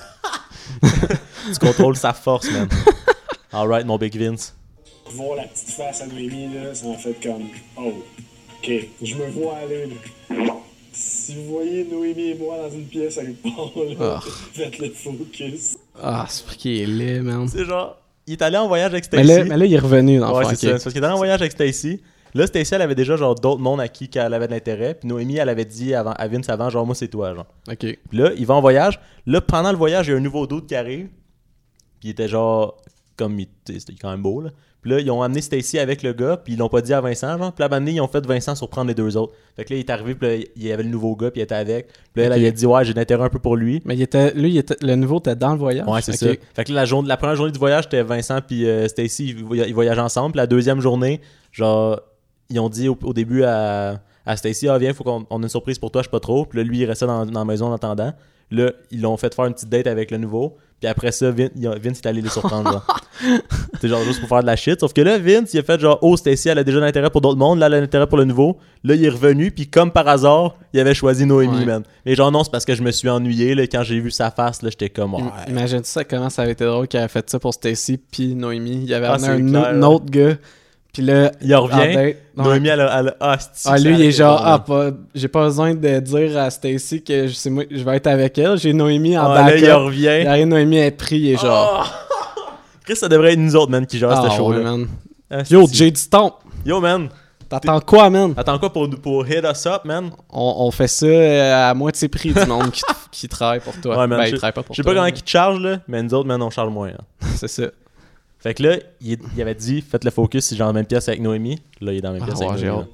Tu contrôles sa force, man. Alright, mon Big Vince. Voir la petite face à Noémie, là, ça m'a fait comme, oh, ok, je me vois aller, là. Si vous voyez Noémie et moi dans une pièce à quelque part, là, faites le focus. Ah, c'est pour qu'il est laid, man. C'est genre, il est allé en voyage avec Mais Stacy. là, il est revenu, dans le Ouais, fond, c'est ok. ça. C'est parce qu'il est allé en voyage avec Stacy. Là, Stacy, elle avait déjà genre d'autres mondes à qui elle avait de l'intérêt. Puis Noémie, elle avait dit à Vince avant, genre, moi, c'est toi, genre. Ok. Puis là, il va en voyage. Là, pendant le voyage, il y a un nouveau dude qui arrive. Puis il était genre, comme, c'était quand même beau, là. Puis là, ils ont amené Stacy avec le gars, puis ils l'ont pas dit à Vincent, genre. Puis là, à un moment donné, ils ont fait Vincent surprendre les deux autres. Fait que là, il est arrivé, puis là, il y avait le nouveau gars, puis il était avec. Puis là, Ok. elle, il a dit, ouais, j'ai de l'intérêt un peu pour lui. Mais le nouveau était dans le voyage. Ouais, c'est Ok. ça. Fait que là, la première journée du voyage, c'était Vincent puis Stacy, ils voyageaient ensemble. Puis la deuxième journée, genre, ils ont dit au début à Stacy, ah, viens, faut qu'on a une surprise pour toi, je sais pas trop. Puis là, lui, il restait dans la maison en attendant. Là, ils l'ont fait faire une petite date avec le nouveau. Puis après ça, Vince est allé les surprendre. Genre. C'est genre juste pour faire de la shit. Sauf que là, Vince, il a fait genre, oh, Stacy, elle a déjà de l'intérêt pour d'autres mondes. Là, elle a de l'intérêt pour le nouveau. Là, il est revenu. Puis comme par hasard, il avait choisi Noémie, Ouais. man. Mais genre, non, c'est parce que je me suis ennuyé. Là, quand j'ai vu sa face, là, j'étais comme, ouais. Imagine ça, comment ça avait été drôle qu'il avait fait ça pour Stacy puis Noémie. Il avait Ah, amené c'est un clair, autre gars. Puis là, Il revient. en date, ouais. Noémie, elle a Lui, il est genre, j'ai pas besoin de dire à Stacy que je vais être avec elle. J'ai Noémie en là, il backup. revient. Il arrive, Noémie est pris, il est genre. Chris, ça devrait être nous autres, man, qui gèrent Ah, ce show-là. ouais, man. Ah, Yo, c'est- Jay Stomp, Yo, man. t'attends quoi, man? Attends quoi pour hit us up, man? On fait ça à moitié prix du monde qui travaille pour toi. Ouais, man, Ben, je il travaille pas pour Je sais toi. pas comment mais ils te chargent, là, mais nous autres, man, on charge moins. Hein. C'est ça. Fait que là, il avait dit, faites le focus si j'ai dans la même pièce avec Noémie. Là, il est dans la même Ah, pièce ouais, avec j'ai Noémie. hâte.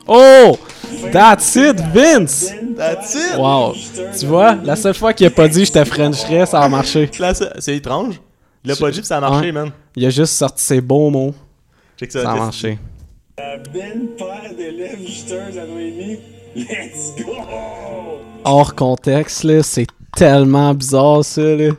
Oh! That's it, Vince! That's it! Wow! Tu vois, la seule fois qu'il a pas dit « je te frencherais », ça a marché. Là, c'est étrange. Il a pas dit, puis ça a marché, Ouais. man. Il a juste sorti ses beaux mots. Check Ça a qu'est-ce marché. La belle paire d'élèves juteuses à Noémie. Let's go! Hors contexte, là, c'est tellement bizarre, ça, là.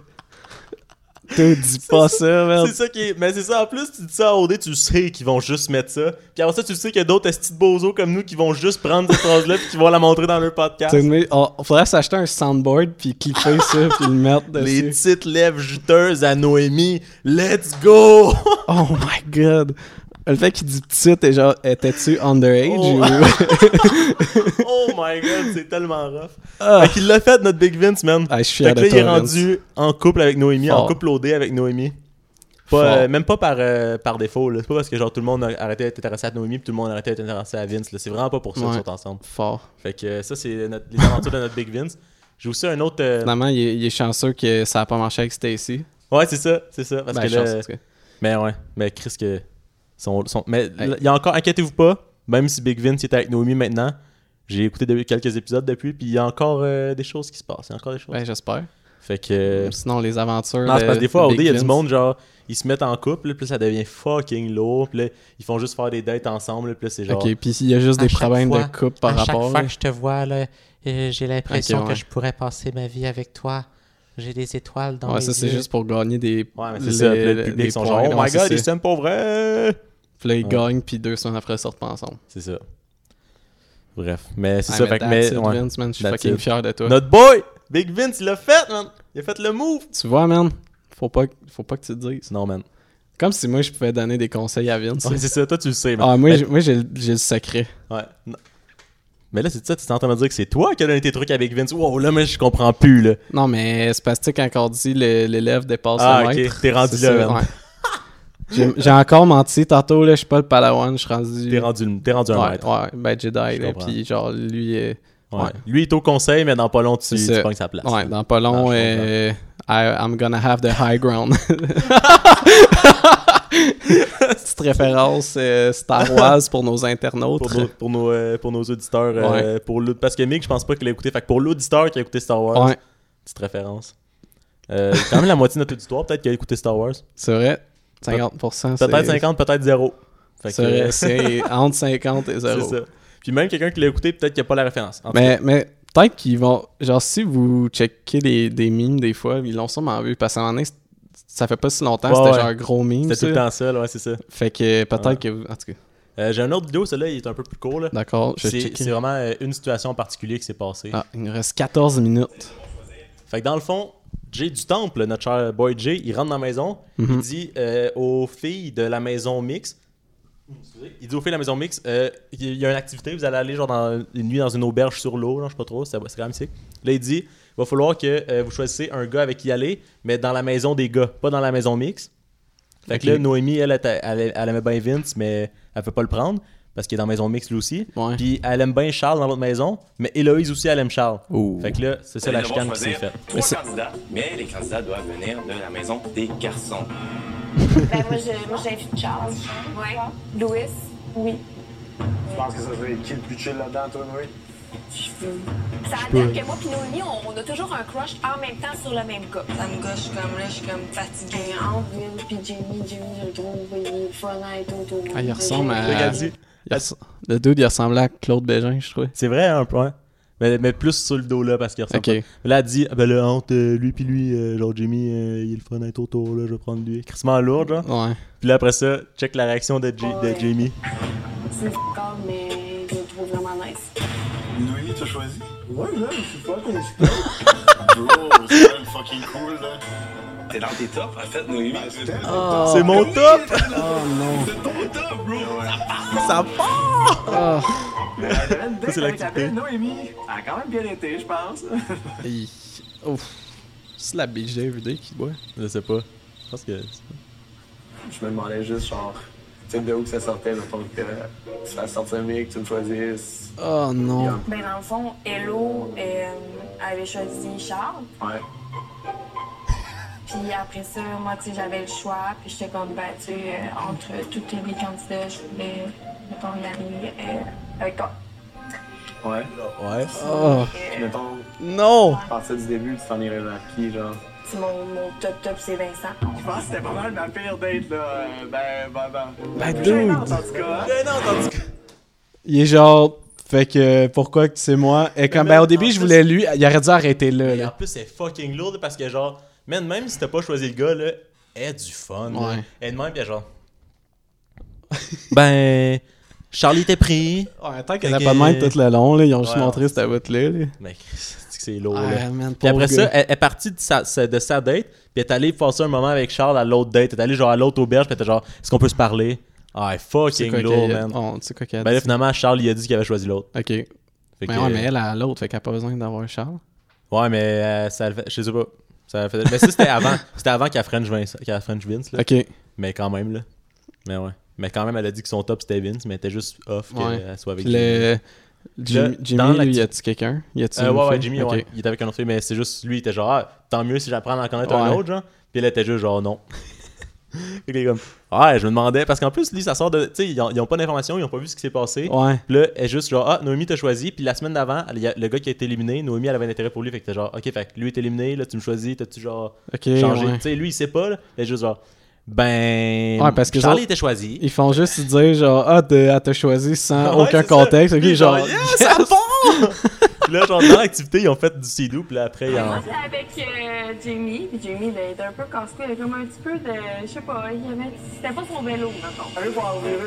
Tu dis pas ça, merde. C'est ça qui est. Mais c'est ça, en plus, tu dis ça à OD, tu sais qu'ils vont juste mettre ça. Puis après ça, tu sais qu'il y a d'autres estis de bozos comme nous qui vont juste prendre cette phrase-là puis qui vont la montrer dans leur podcast. Faudrait s'acheter un soundboard puis clipper ça puis le mettre dessus. Les petites lèvres juteuses à Noémie. Let's go! Oh my god. Le fait qu'il dit petite, et genre, étais-tu underage Oh. ou... Oh my god, c'est tellement rough. Ah. Fait qu'il l'a fait, notre Big Vince, man. Ah, je suis Fait fier que de là, il est toi, Vince. rendu en couple avec Noémie, en Fort. couple OD avec Noémie. Fort. Même pas par défaut, là. C'est pas parce que genre tout le monde a arrêté d'être intéressé à Noémie puis tout le monde a arrêté d'être intéressé à Vince, là. C'est vraiment pas pour ça Ouais. qu'ils sont ensemble. Fort. Fait que ça, c'est les aventures de notre Big Vince. J'ai aussi un autre... Finalement, il est chanceux que ça a pas marché avec Stacy. Ouais, c'est ça. Parce Ben, que chanceux, là... en tout cas. Mais ouais, mais Chris que... Mais il y a encore, inquiétez-vous pas, même si Big Vince est avec Noémie maintenant, j'ai écouté quelques épisodes depuis, puis il y a encore des choses qui se passent. Il y a encore des choses. Ben, j'espère. Fait que... Sinon, les aventures. Non, c'est parce que des fois, de au Big dé, il y a du Vince. monde, genre, ils se mettent en couple, là, puis là, ça devient fucking lourd, puis là, ils font juste faire des dates ensemble, là, puis là, c'est genre... Ok, puis il y a juste À des chaque problèmes fois- de couple par à chaque rapport. fois là. que je te vois, là, j'ai l'impression Ok, ouais. que je pourrais passer ma vie avec toi. J'ai des étoiles dans Ouais, mes ça, c'est yeux. juste pour gagner des. Ouais, mais c'est ça, puis là, le public sont genre, points, oh ouais, my c'est god, ça. ils s'aiment pas vrai! Puis là, ils Ouais. gagnent, puis 2 semaines après, ils sortent pas ensemble. C'est ça. Bref, mais c'est Ah, ça, mais fait que... that's Mais, it, ouais. Vince, man, je suis That's fucking it. fier de toi. Notre boy, Big Vince, il l'a fait, man! Il a fait le move! Tu vois, man, faut pas que tu te dises. Non, man. Comme si moi, je pouvais donner des conseils à Vince. Ouais, c'est ça, toi, tu le sais, man. Ah, moi, Mais- j'ai le secret. Ouais. Non. Mais là, c'est ça, tu t'es en train de me dire que c'est toi qui as donné tes trucs avec Vince. Wow, là, mais je comprends plus, là. Non, mais c'est parce que quand on dit l'élève dépasse Ah, le ok, maître. t'es rendu c'est là, ça, man. ouais. J'ai encore menti tantôt, là, je suis pas le Padawan, je suis rendu... T'es rendu un ouais, maître. ouais, ben Jedi, là, comprends. puis genre, lui... Ouais. ouais. Lui, il est au conseil, mais dans pas long, tu C'est ça. pognes sa place. Ouais, dans pas long, Ah, je I'm gonna have the high ground. Petite référence Star Wars pour nos internautes. Pour nos auditeurs. Parce que Mick, je pense pas qu'il a écouté. Fait que pour l'auditeur qui a écouté Star Wars, Ouais, petite référence. Quand même la moitié de notre auditoire, peut-être qui a écouté Star Wars. c'est vrai. 50%, c'est... Peut-être 50, peut-être 0. Fait C'est vrai, c'est entre 50 et 0. c'est ça. Puis même quelqu'un qui l'a écouté, peut-être qu'il a pas la référence. En tout cas. Mais peut-être qu'ils vont... Genre, si vous checkez des memes des fois, ils l'ont sûrement vu. Parce qu'à un moment donné, ça fait pas si longtemps, Ouais, c'était ouais. genre un gros meme, C'était tout le ça. temps ça, là, ouais, c'est ça. Fait que peut-être Ouais. que... En tout cas, J'ai une autre vidéo, celle-là, il est un peu plus court, là. d'accord, je vais C'est checker. vraiment une situation en particulier qui s'est passée. Ah, il nous reste 14 minutes. Fait que dans le fond, Jay du Temple, notre cher boy Jay, il rentre dans la maison, Mhm. il dit aux filles de la maison mixte, il dit aux filles de la maison mixte, il y a une activité, vous allez aller genre dans une nuit dans une auberge sur l'eau, là, je sais pas trop, c'est quand même sick. Là, il dit, il va falloir que vous choisissez un gars avec qui aller, mais dans la maison des gars, pas dans la maison mixte. Fait que Ok. là, Noémie, elle aimait bien Vince, mais elle peut pas le prendre, parce qu'il est dans la maison mixte lui aussi. Ouais. Puis elle aime bien Charles dans l'autre maison, mais Héloïse aussi, elle aime Charles. Ouh. Fait que là, c'est ça la chicane qui s'est faite. Mais 3 c'est- candidats, mais les candidats doivent venir de la maison des garçons. Ben, moi, j'invite Charles. Ouais. Louis. Oui. Je pense que ça serait qui le plus chill là-dedans, toi, oui? Ça a l'air que moi et Noémie, on a toujours un crush en même temps sur le même gars. Ça me gâche je suis comme fatiguée. Entre Will puis Jamie, je le trouve, il est fun et tout. Ah, il ressemble à... Regarde, dit. Le dude, il ressemblait à Claude Bégin, je trouvais. C'est vrai, un peu, ouais. Mais plus sur le dos, là, parce qu'il ressemble Ok. pas. Là, elle dit, ah, ben là, entre lui pis lui, genre Jimmy, il est le fun d'être autour, là, je vais prendre lui. Crissement lourd, genre. Ouais. Puis là, après ça, check la réaction de Jamie. C'est fort, mais je le trouve vraiment nice. Noémie, t'as choisi? Ouais, là, je suis fucking Bro, c'est quand même fucking cool, là. T'es dans tes tops, en fait, Noémie. C'est mon top! Oh non. C'est ton top, bro! Ça part! Ah. Ça, c'est l'activité. Noémie. Ça a quand même bien été, je pense. Hi. Ouf. C'est la BGVD qui boit. Je sais pas. Je pense que... Je me demandais juste, genre, tu sais, de où que ça sortait, mettons que tu fasses sortir un mec, que tu le choisisses. Oh non. Ben, dans le fond, Hello avait choisi Charles. Ouais. Puis après ça, moi, tu sais, j'avais le choix. Puis j'étais comme, ben, tu sais, entre tous les candidats, je voulais, mettons, y aller Avec toi. Ouais. Ouais. Oh. Puis mettons, Non! à partir du début, tu t'en irais vers qui, genre? C'est mon top, c'est Vincent. Je pense que c'était pas mal ma pire date, là. Ben, dude! Gênant, en tout cas. Il est genre... Fait que pourquoi que c'est moi? Et quand, ben, au début, je voulais lui, il aurait dû arrêter là. Et en là. plus, c'est fucking lourd parce que genre, man, même si t'as pas choisi le gars, là, elle a du fun. Là. Ouais. Elle de même, pis elle genre. Ben. Charlie t'es pris. Ouais, tant qu'elle Fait a pas de même que- tout le long, là, ils ont juste Ouais, montré ouais, cette bout-là. Là. Mec, c'est lourd. Ouais, là. man, Puis pauvre après gars. ça, elle est partie de sa date, puis elle est allée passer un moment avec Charles à l'autre date. Elle est allée genre à l'autre auberge, puis elle était genre, est-ce qu'on peut se parler? Ah, C'est fucking quoi lourd, qu'elle a- man. Oh, tu sais quoi qu'elle a Ben là, dit? finalement, Charles, il a dit qu'il avait choisi l'autre. Ok. Fait Mais que- ouais, mais elle a l'autre, fait qu'elle a pas besoin d'avoir Charles. Ouais, mais ça le fait. Je sais pas. Ça le fait... Mais ça, c'était avant. C'était avant qu'elle French Vince, là. Ok. Mais quand même, là. Mais ouais. Mais quand même, elle a dit que son top c'était Vince, mais elle était juste off Ouais. qu'elle soit avec Puis Jimmy. Jimmy, dans lui, l'acti- y a-tu quelqu'un? Y a-tu une Ouais, fille? Jimmy, Ok. ouais. Il était avec un autre fille, mais c'est juste lui, il était genre, ah, tant mieux si j'apprends à en connaître un Ouais. autre, genre. Puis elle était juste genre, non. Fait que comme, ouais, je me demandais, parce qu'en plus, lui, ça sort de. Tu sais, ils ont pas d'informations, ils ont pas vu ce qui s'est passé. Ouais. Puis là, elle est juste genre, ah, Noémie t'a choisi. Puis la semaine d'avant, il y a le gars qui a été éliminé, Noémie, elle avait un intérêt pour lui. Fait que t'es genre, ok, fait que lui est éliminé, là, tu me choisis, t'as-tu genre Ok, changé. ouais. Tu sais, lui, il sait pas, là. Elle est juste genre, ben. Ouais, parce que Charlie autres- était choisi. Ils font juste dire genre, ah, elle t'a choisi sans Ouais, aucun c'est ça. contexte. Ok, Puis genre. yes, ça va! Puis là, genre, dans l'activité, ils ont fait du sidou, puis là, après, ils en. Moi, c'était avec Jamie. Puis Jamie, il était un peu casse-couille. Il avait comme un petit peu de. Je sais pas, il avait. C'était pas son vélo, mettons. Allez voir, là.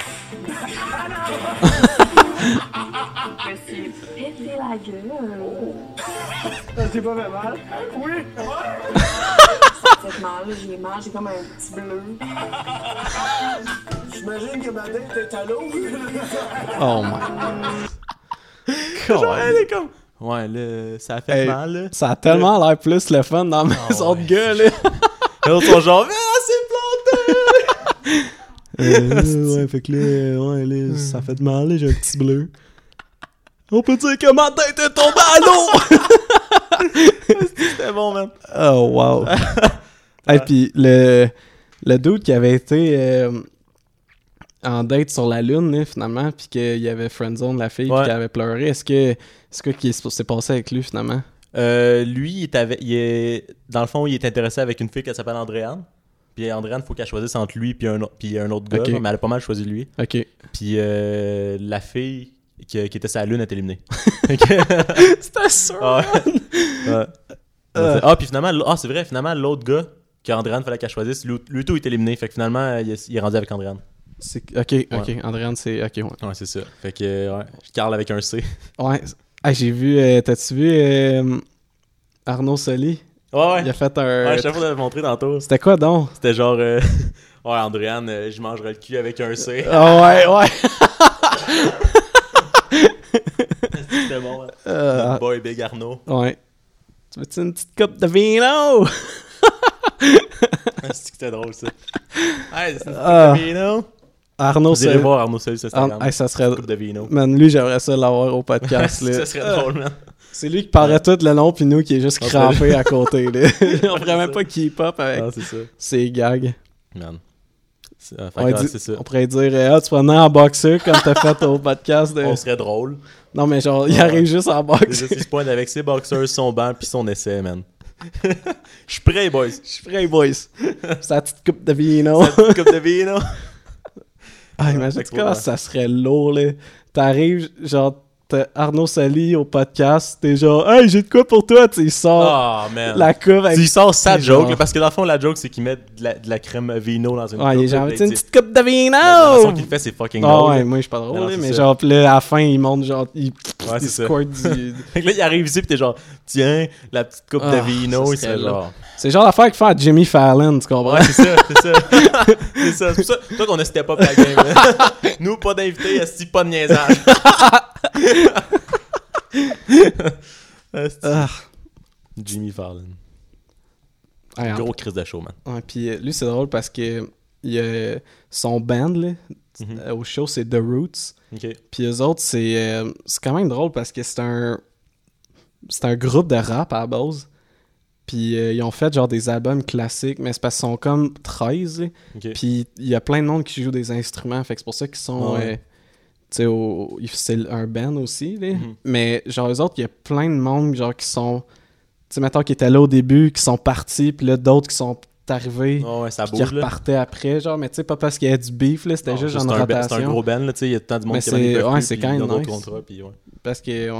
Je me suis pété la gueule. C'est pas fait mal. Oui. Cette mal, j'ai mal, j'ai comme un petit bleu. J'imagine que ma date est à l'eau. Oh my. Genre, elle est comme. Ouais, là, ça a fait Hey, mal, là. Ça a tellement l'air plus le fun dans la maison ouais. de gars, là. Les autres sont genre, ah, c'est planté! Ouais, fait que là, ouais, là, ça fait de mal, là, j'ai un petit bleu. On peut dire que ma tête est tombée à l'eau! C'était bon, man. Oh, wow. Et puis le dude qui avait été en date sur la lune, là, finalement, puis qu'il y avait friendzone la fille, Ouais. puis qu'elle avait pleuré, est-ce que qui s'est passé avec lui, finalement? Lui, dans le fond, il est intéressé avec une fille qui s'appelle Andréane. Puis Andréane, il faut qu'elle choisisse entre lui puis un autre gars, Ok. mais elle a pas mal choisi lui. Ok. Puis la fille qui était sa lune est éliminée. C'était sûr! Ah, ouais. Ouais. Puis finalement, c'est vrai, finalement, l'autre gars qu'Andréane fallait qu'elle choisisse, lui tout est éliminé. Fait que finalement, il est rendu avec Andréane. Ok, Andréane, c'est... Ok, ouais. Ouais, c'est ça. Fait que, ouais, Carl avec un C. Ouais. Hey, j'ai vu... T'as-tu vu Arnaud Soli? Ouais. Il a fait un... Ouais, je t'avais montré tantôt. C'était quoi, donc? C'était genre, ouais, Andréane, je mangerai le cul avec un C. Ah ouais. C'était bon, ouais. Big boy Big Arnaud. Ouais. Tu veux-tu une petite coupe de vino? C'est que c'était drôle, ça. Hey, c'est une Ah. coupe de vino. Arnaud Vous irez Soli. voir Arnaud Soli sur Instagram. Hey, ça serait... Une coupe de vino. Man, lui, j'aimerais ça l'avoir au podcast, là. Ça serait drôle, man. C'est lui qui parlait tout le long, puis nous qui est juste On crampé à côté, là. On pourrait même pas keep up avec Ah, c'est ça. ses gags. Man. Fait On, que, dit- c'est ça. on pourrait dire, tu vas venir en boxeur comme t'as fait au podcast de... On serait drôle. Non, mais genre, il Ouais. arrive juste en C'est boxe. juste qu'il se pointe avec ses boxers, son banc, puis son essai, man. Je suis prêt, boys. Je suis prêt, boys. C'est la petite coupe de vino. Une coupe de vino. Ah, imagine comment ça serait lourd, là. T'arrives, genre, t'as Arnaud Soli au podcast, t'es genre, hey, j'ai de quoi pour toi, tu sais, il sort Ah, man. la coupe avec... Tu sors sa c'est joke, genre- là, parce que dans le fond, la joke, c'est qu'il met de la crème vino dans une Ouais, il est coupe, genre, là, tu une il dit- petite coupe de vino! La façon qu'il fait, c'est fucking Ah drôle. ouais, là. moi je suis pas drôle, Non, là, c'est mais ça. genre, pis là, à la fin, il monte, genre, il c'est ça. squirt du... Fait que là, il arrive ici, pis t'es genre, tiens, la petite coupe Ah, de vino, ça il serait serait là. genre. C'est genre l'affaire qu'il fait à Jimmy Fallon, tu comprends? Ouais, c'est ça, c'est ça. C'est ça. C'est pour ça, toi qu'on a step up la game. Là. Nous, pas d'invités, esti, pas de niaisage. Esti. Ah. Jimmy Fallon. Ouais, Gros crise de show, man. Ouais, puis lui, c'est drôle parce que il a son band, là, au show, c'est The Roots. Ok. Puis eux autres, c'est quand même drôle parce que c'est un groupe de rap à la base. Puis ils ont fait genre des albums classiques, mais c'est parce qu'ils sont comme 13. Là. Ok. Puis il y a plein de monde qui joue des instruments, fait que c'est pour ça qu'ils sont... Ouais. tu sais, c'est un band aussi, là. Mais genre, eux autres, il y a plein de monde, genre, qui sont, tu sais, mettons, qui étaient là au début, qui sont partis, puis là, d'autres qui sont arrivés, ça qui repartaient après, genre, mais tu sais, pas parce qu'il y a du beef, là, c'était juste genre une rotation. C'est un gros band, là, tu sais, il y a tant de monde mais qui a c'est quand même nice. Contrats, puis parce que,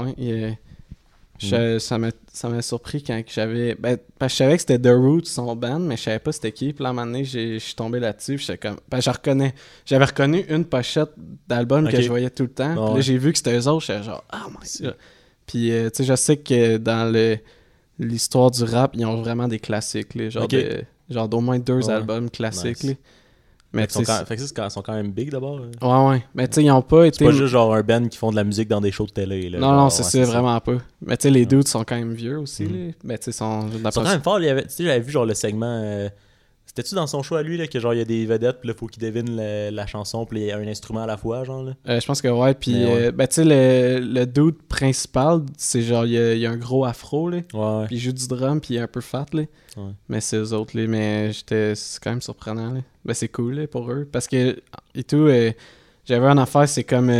ça m'a surpris quand j'avais... Ben, parce que je savais que c'était The Roots, son band, mais je savais pas c'était qui. Puis là, à un moment donné, je suis tombé là-dessus. Puis j'étais comme... Ben, j'avais reconnu une pochette d'album que je voyais tout le temps. Puis là, j'ai vu que c'était eux autres. J'étais genre, oh my God. Puis, tu sais, je sais que dans l'histoire du rap, ils ont vraiment des classiques, là, genre d'au moins 2 albums classiques. Nice. Mais ils sont quand même big d'abord. Ouais. Mais tu sais, ils ont pas été. C'est pas juste genre un band qui font de la musique dans des shows de télé. Là, non, c'est vraiment pas. Mais tu sais, les dudes sont quand même vieux aussi. Là. Mais tu sais, ils sont quand même forts. Tu sais, j'avais vu genre le segment. C'était-tu dans son show à lui là, que genre il y a des vedettes, puis là, faut qu'il devine la chanson, puis il y a un instrument à la fois, genre là? Je pense que ouais. Puis ben tu sais, le dude principal, c'est genre il y a un gros afro là. Ouais. Puis il joue du drum, puis il est un peu fat là. Ouais. Mais c'est eux autres là. Mais c'est quand même surprenant là. Ben c'est cool là, pour eux. Parce que et tout, j'avais une affaire, c'est comme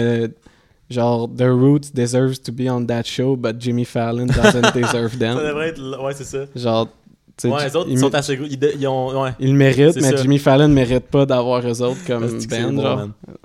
genre The Roots deserves to be on that show, but Jimmy Fallon doesn't deserve them. Ça devrait être. Ouais, c'est ça. Genre. Ouais, les autres, ils sont assez gros. Ils le méritent, mais ça. Jimmy Fallon ne mérite pas d'avoir eux autres comme band. Genre.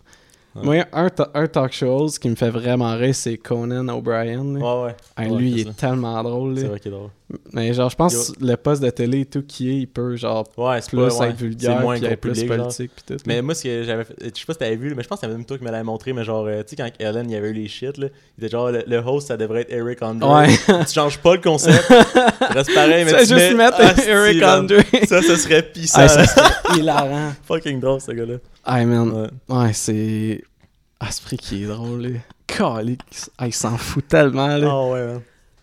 Moi, un talk show qui me fait vraiment rire, c'est Conan O'Brien. Ouais. Lui, il est tellement drôle. C'est vrai qu'il est drôle. Mais genre, je pense que le poste de télé et tout qui est, il peut genre plus être vulgaire, moins puis être plus politique puis tout. Mais moi, ce que j'avais fait, je sais pas si t'avais vu, mais je pense que c'était même toi qui me l'avais montré, mais genre, tu sais, quand Ellen, il y avait eu les shit, là, il était genre, le host, ça devrait être Eric Andre. Ouais. Tu changes pas le concept, reste pareil, mais tu juste mettre Eric Andre. Ça serait pissant. Ça serait hilarant. Fucking drôle, ce gars-là. Hey, man. Ouais, c'est... Asprit qui est drôle, là. Calique. Il s'en fout tellement, là. Oh, ouais, man.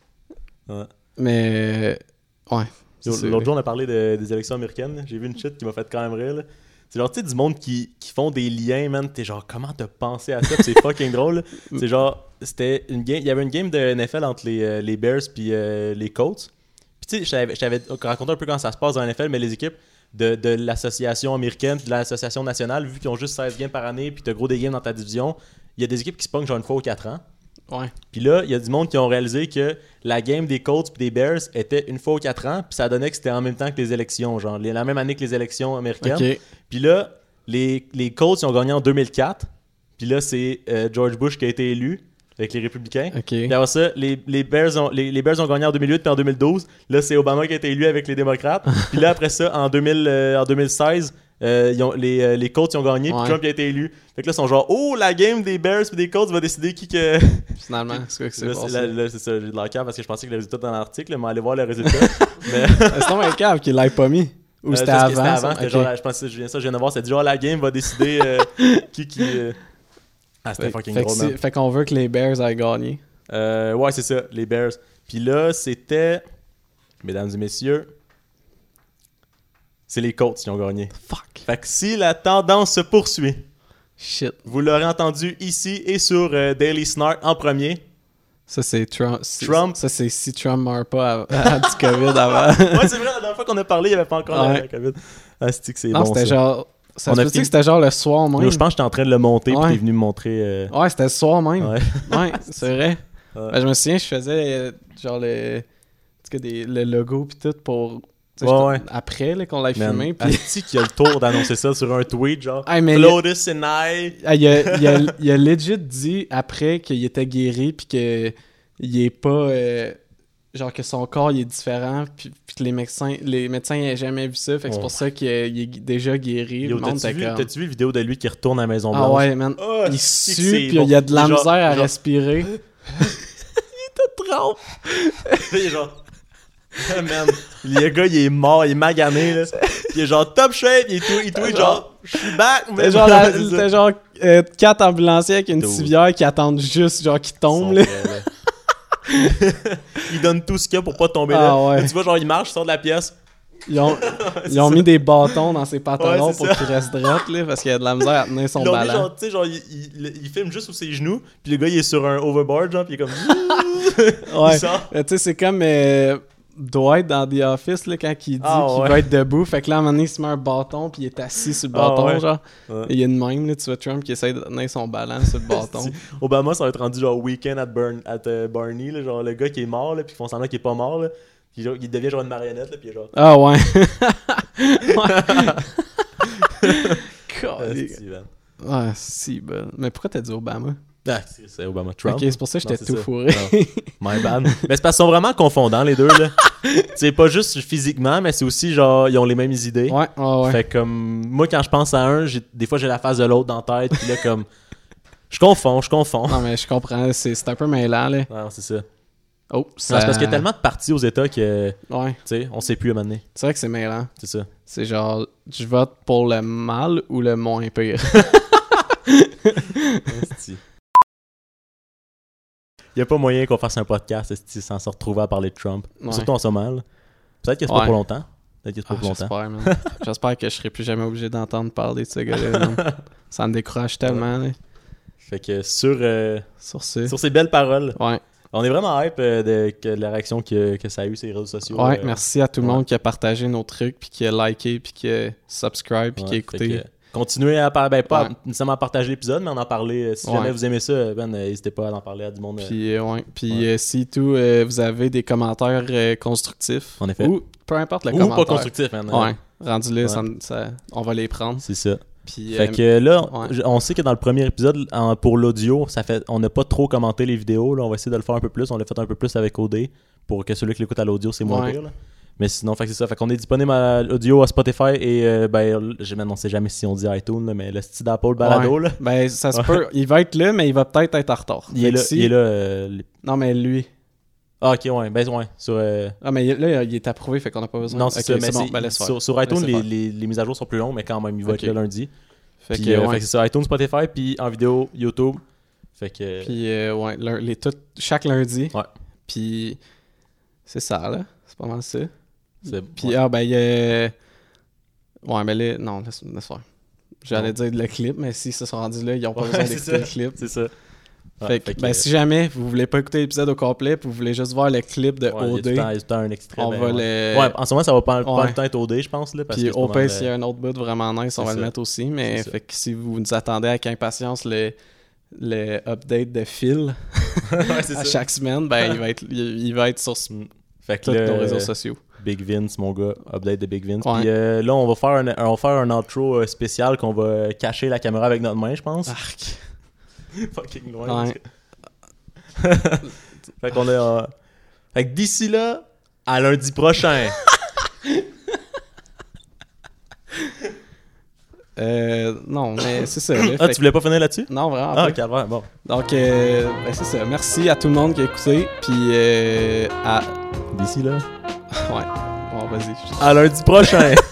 Ouais. Mais... Ouais. L'autre jour, on a parlé des élections américaines. J'ai vu une shit qui m'a fait quand même rire, là. C'est genre, tu sais, du monde qui font des liens, man. T'es genre, comment t'as pensé à ça? Pis c'est fucking drôle. C'est genre, c'était une game... Il y avait une game de NFL entre les Bears puis les Colts. Puis tu sais, je t'avais raconté un peu comment ça se passe dans la NFL, mais les équipes de l'association américaine puis de l'association nationale, vu qu'ils ont juste 16 games par année puis t'as gros des games dans ta division, il y a des équipes qui se pognent genre une fois aux 4 ans. Ouais. Puis là, il y a du monde qui ont réalisé que la game des Colts puis des Bears était une fois aux 4 ans, puis ça donnait que c'était en même temps que les élections, genre la même année que les élections américaines. Okay. Puis là, les Colts ils ont gagné en 2004. Puis là, c'est George Bush qui a été élu avec les républicains. Okay. Puis après ça, les Bears ont gagné en 2008 puis en 2012. Là, c'est Obama qui a été élu avec les démocrates. Puis là, après ça, en 2016, les Colts ils ont gagné, puis Trump a été élu. Fait que là, ils sont genre, oh, la game des Bears puis des Colts va décider qui que... Finalement, c'est quoi que c'est là, c'est ça, j'ai de la cave parce que je pensais que le résultat était dans l'article, mais allez voir le résultat. Mais... c'est ton cave qui l'avait pas mis. Ou c'était avant? C'était avant, c'était genre, je pense que je viens de voir, c'est genre la game va décider qui... Ah, c'était fucking drôle, man. Fait qu'on veut que les Bears aient gagné. Ouais, c'est ça, les Bears. Puis là, c'était... Mesdames et messieurs... C'est les Colts qui ont gagné. Fuck. Fait que si la tendance se poursuit, shit, vous l'aurez entendu ici et sur Daily Snark en premier. Ça, c'est Trump. Ça, c'est si Trump meurt pas du COVID avant. Ouais, c'est vrai, la dernière fois qu'on a parlé, il n'y avait pas encore la COVID. Ah, c'est non, bon, c'était ça. Genre... Ça se peut-tu que c'était genre le soir même? Je pense que j'étais en train de le monter puis t'es venu me montrer... Ouais, c'était le soir même. Ouais, c'est vrai. Ouais. Ben, je me souviens, je faisais genre le logo pis tout pour... Après là, qu'on l'ait filmé. Puis qu'il y a le tour d'annoncer ça sur un tweet, genre Lotus and I. Il a legit dit après qu'il était guéri puis qu'il est pas. Genre que son corps il est différent puis que les médecins n'avaient jamais vu ça. Fait que c'est pour ça qu'il est déjà guéri. T'as-tu vu la vidéo de lui qui retourne à la Maison-Blanche? Ah ouais, man. Il sue puis il y a de la misère à respirer. Il te trompe. Il est genre. Man, le gars il est mort, il est magané là. Il est genre top shape, il tweet genre je suis back. C'était genre 4 ambulanciers avec une civière qui attendent juste genre qu'ils tombent là. Il donne tout ce qu'il y a pour pas tomber là. Ouais. Tu vois genre il marche, il sort de la pièce. Ils ont mis des bâtons dans ses pantalons pour qu'il reste droit là parce qu'il y a de la misère à tenir son ballon. Genre, tu sais, genre il filme juste sous ses genoux, puis le gars il est sur un overboard genre, puis il est comme ouais. Tu sais c'est comme Dwight dans The Office, là, quand il dit qu'il va être debout. Fait que là, à un moment donné, il se met un bâton, puis il est assis sur le bâton, genre. Ouais. Et il y a une même, là, tu vois Trump qui essaie de tenir son ballon sur le bâton. Obama, ça va être rendu genre Weekend at Barney, là, genre le gars qui est mort, là, puis ils font semblant qu'il est pas mort, là. Puis il devient genre une marionnette, là, puis genre... Ah ouais. Ouais, si, ben. Mais pourquoi t'as dit Obama? Ah, c'est Obama. Trump. Ok, c'est pour ça que j'étais tout fourré. My bad. Mais c'est parce qu'ils sont vraiment confondants, les deux, là. C'est pas juste physiquement, mais c'est aussi genre, ils ont les mêmes idées. Ouais. Fait comme, moi, quand je pense à un, des fois, j'ai la face de l'autre dans la tête, puis là, comme, je confonds. Non, mais je comprends, c'est un peu mêlant, là. Ouais, c'est ça. Oh, ça... C'est parce qu'il y a tellement de partis aux États que, tu sais, on sait plus à un moment donné. C'est vrai que c'est mêlant. C'est ça. C'est genre, je vote pour le mal ou le moins pire. Il n'y a pas moyen qu'on fasse un podcast sans se retrouver à parler de Trump. Ouais. Surtout en ce moment. Peut-être que c'est pas pour longtemps. J'espère, man. J'espère que je serai plus jamais obligé d'entendre parler de ce gars-là. Ça me décourage tellement. Là. Fait que sur ces belles paroles, on est vraiment hype de la réaction que ça a eu sur les réseaux sociaux. Ouais, merci à tout le monde qui a partagé nos trucs, puis qui a liké, puis qui a subscribe, puis qui a écouté. Continuez à parler, pas nécessairement à partager l'épisode, mais en parler. Si jamais vous aimez ça, n'hésitez pas à en parler à du monde. Puis si vous avez des commentaires constructifs, en effet. Ou peu importe le commentaire. Ou pas constructif, man. Rendu là, on va les prendre. C'est ça. Puis, fait que là, on sait que dans le premier épisode, pour l'audio, on n'a pas trop commenté les vidéos. Là, on va essayer de le faire un peu plus. On l'a fait un peu plus avec OD pour que celui qui l'écoute à l'audio, c'est moins pire. Là. Mais sinon, c'est ça. Fait qu'on est disponible à l'audio à Spotify et on sait jamais si on dit iTunes, là, mais le style d'Apple Balado. Là. Ben, ça se peut. Il va être là, mais il va peut-être être en retard. Il est là. Non, mais lui. Ah, ok, ouais. Ben, ouais. Ah, mais là, il est approuvé, fait qu'on n'a pas besoin. Non, c'est ça. Mais bon, laisse faire. Sur iTunes, les mises à jour sont plus longues, mais quand même, il va être là lundi. Fait que c'est ça. iTunes, Spotify, puis en vidéo, YouTube. Fait que. Puis, chaque lundi. Ouais. Puis, c'est ça, là. C'est pas mal ça. Puis, il y a... Ouais, mais là... Non, laisse faire. J'allais dire le clip, mais s'ils se sont rendus là, ils n'ont pas besoin d'écouter le clip. C'est ça. Fait que, si jamais vous voulez pas écouter l'épisode au complet, puis vous voulez juste voir le clip de OD, il y a un extrait. On va le... Ouais, en ce moment, ça va pas le temps être OD, je pense. Là, puis au pire, s'il y a un autre bout vraiment nice, on va le mettre aussi. Mais fait que si vous nous attendez avec impatience le update de Phil à chaque semaine, ben il va être sur tous nos réseaux sociaux. Big Vince, mon gars, update de Big Vince. Puis là, on va faire un outro spécial qu'on va cacher la caméra avec notre main, je pense. Arc. Fucking loin. Fait qu'on a... Fait que d'ici là, à lundi prochain. Non, mais c'est ça. Là, tu voulais pas finir là-dessus? Non, vraiment. Ah, ok, bon. Donc, c'est ça. Merci à tout le monde qui a écouté. Puis, D'ici là. Ouais. Bon, vas-y. À lundi prochain.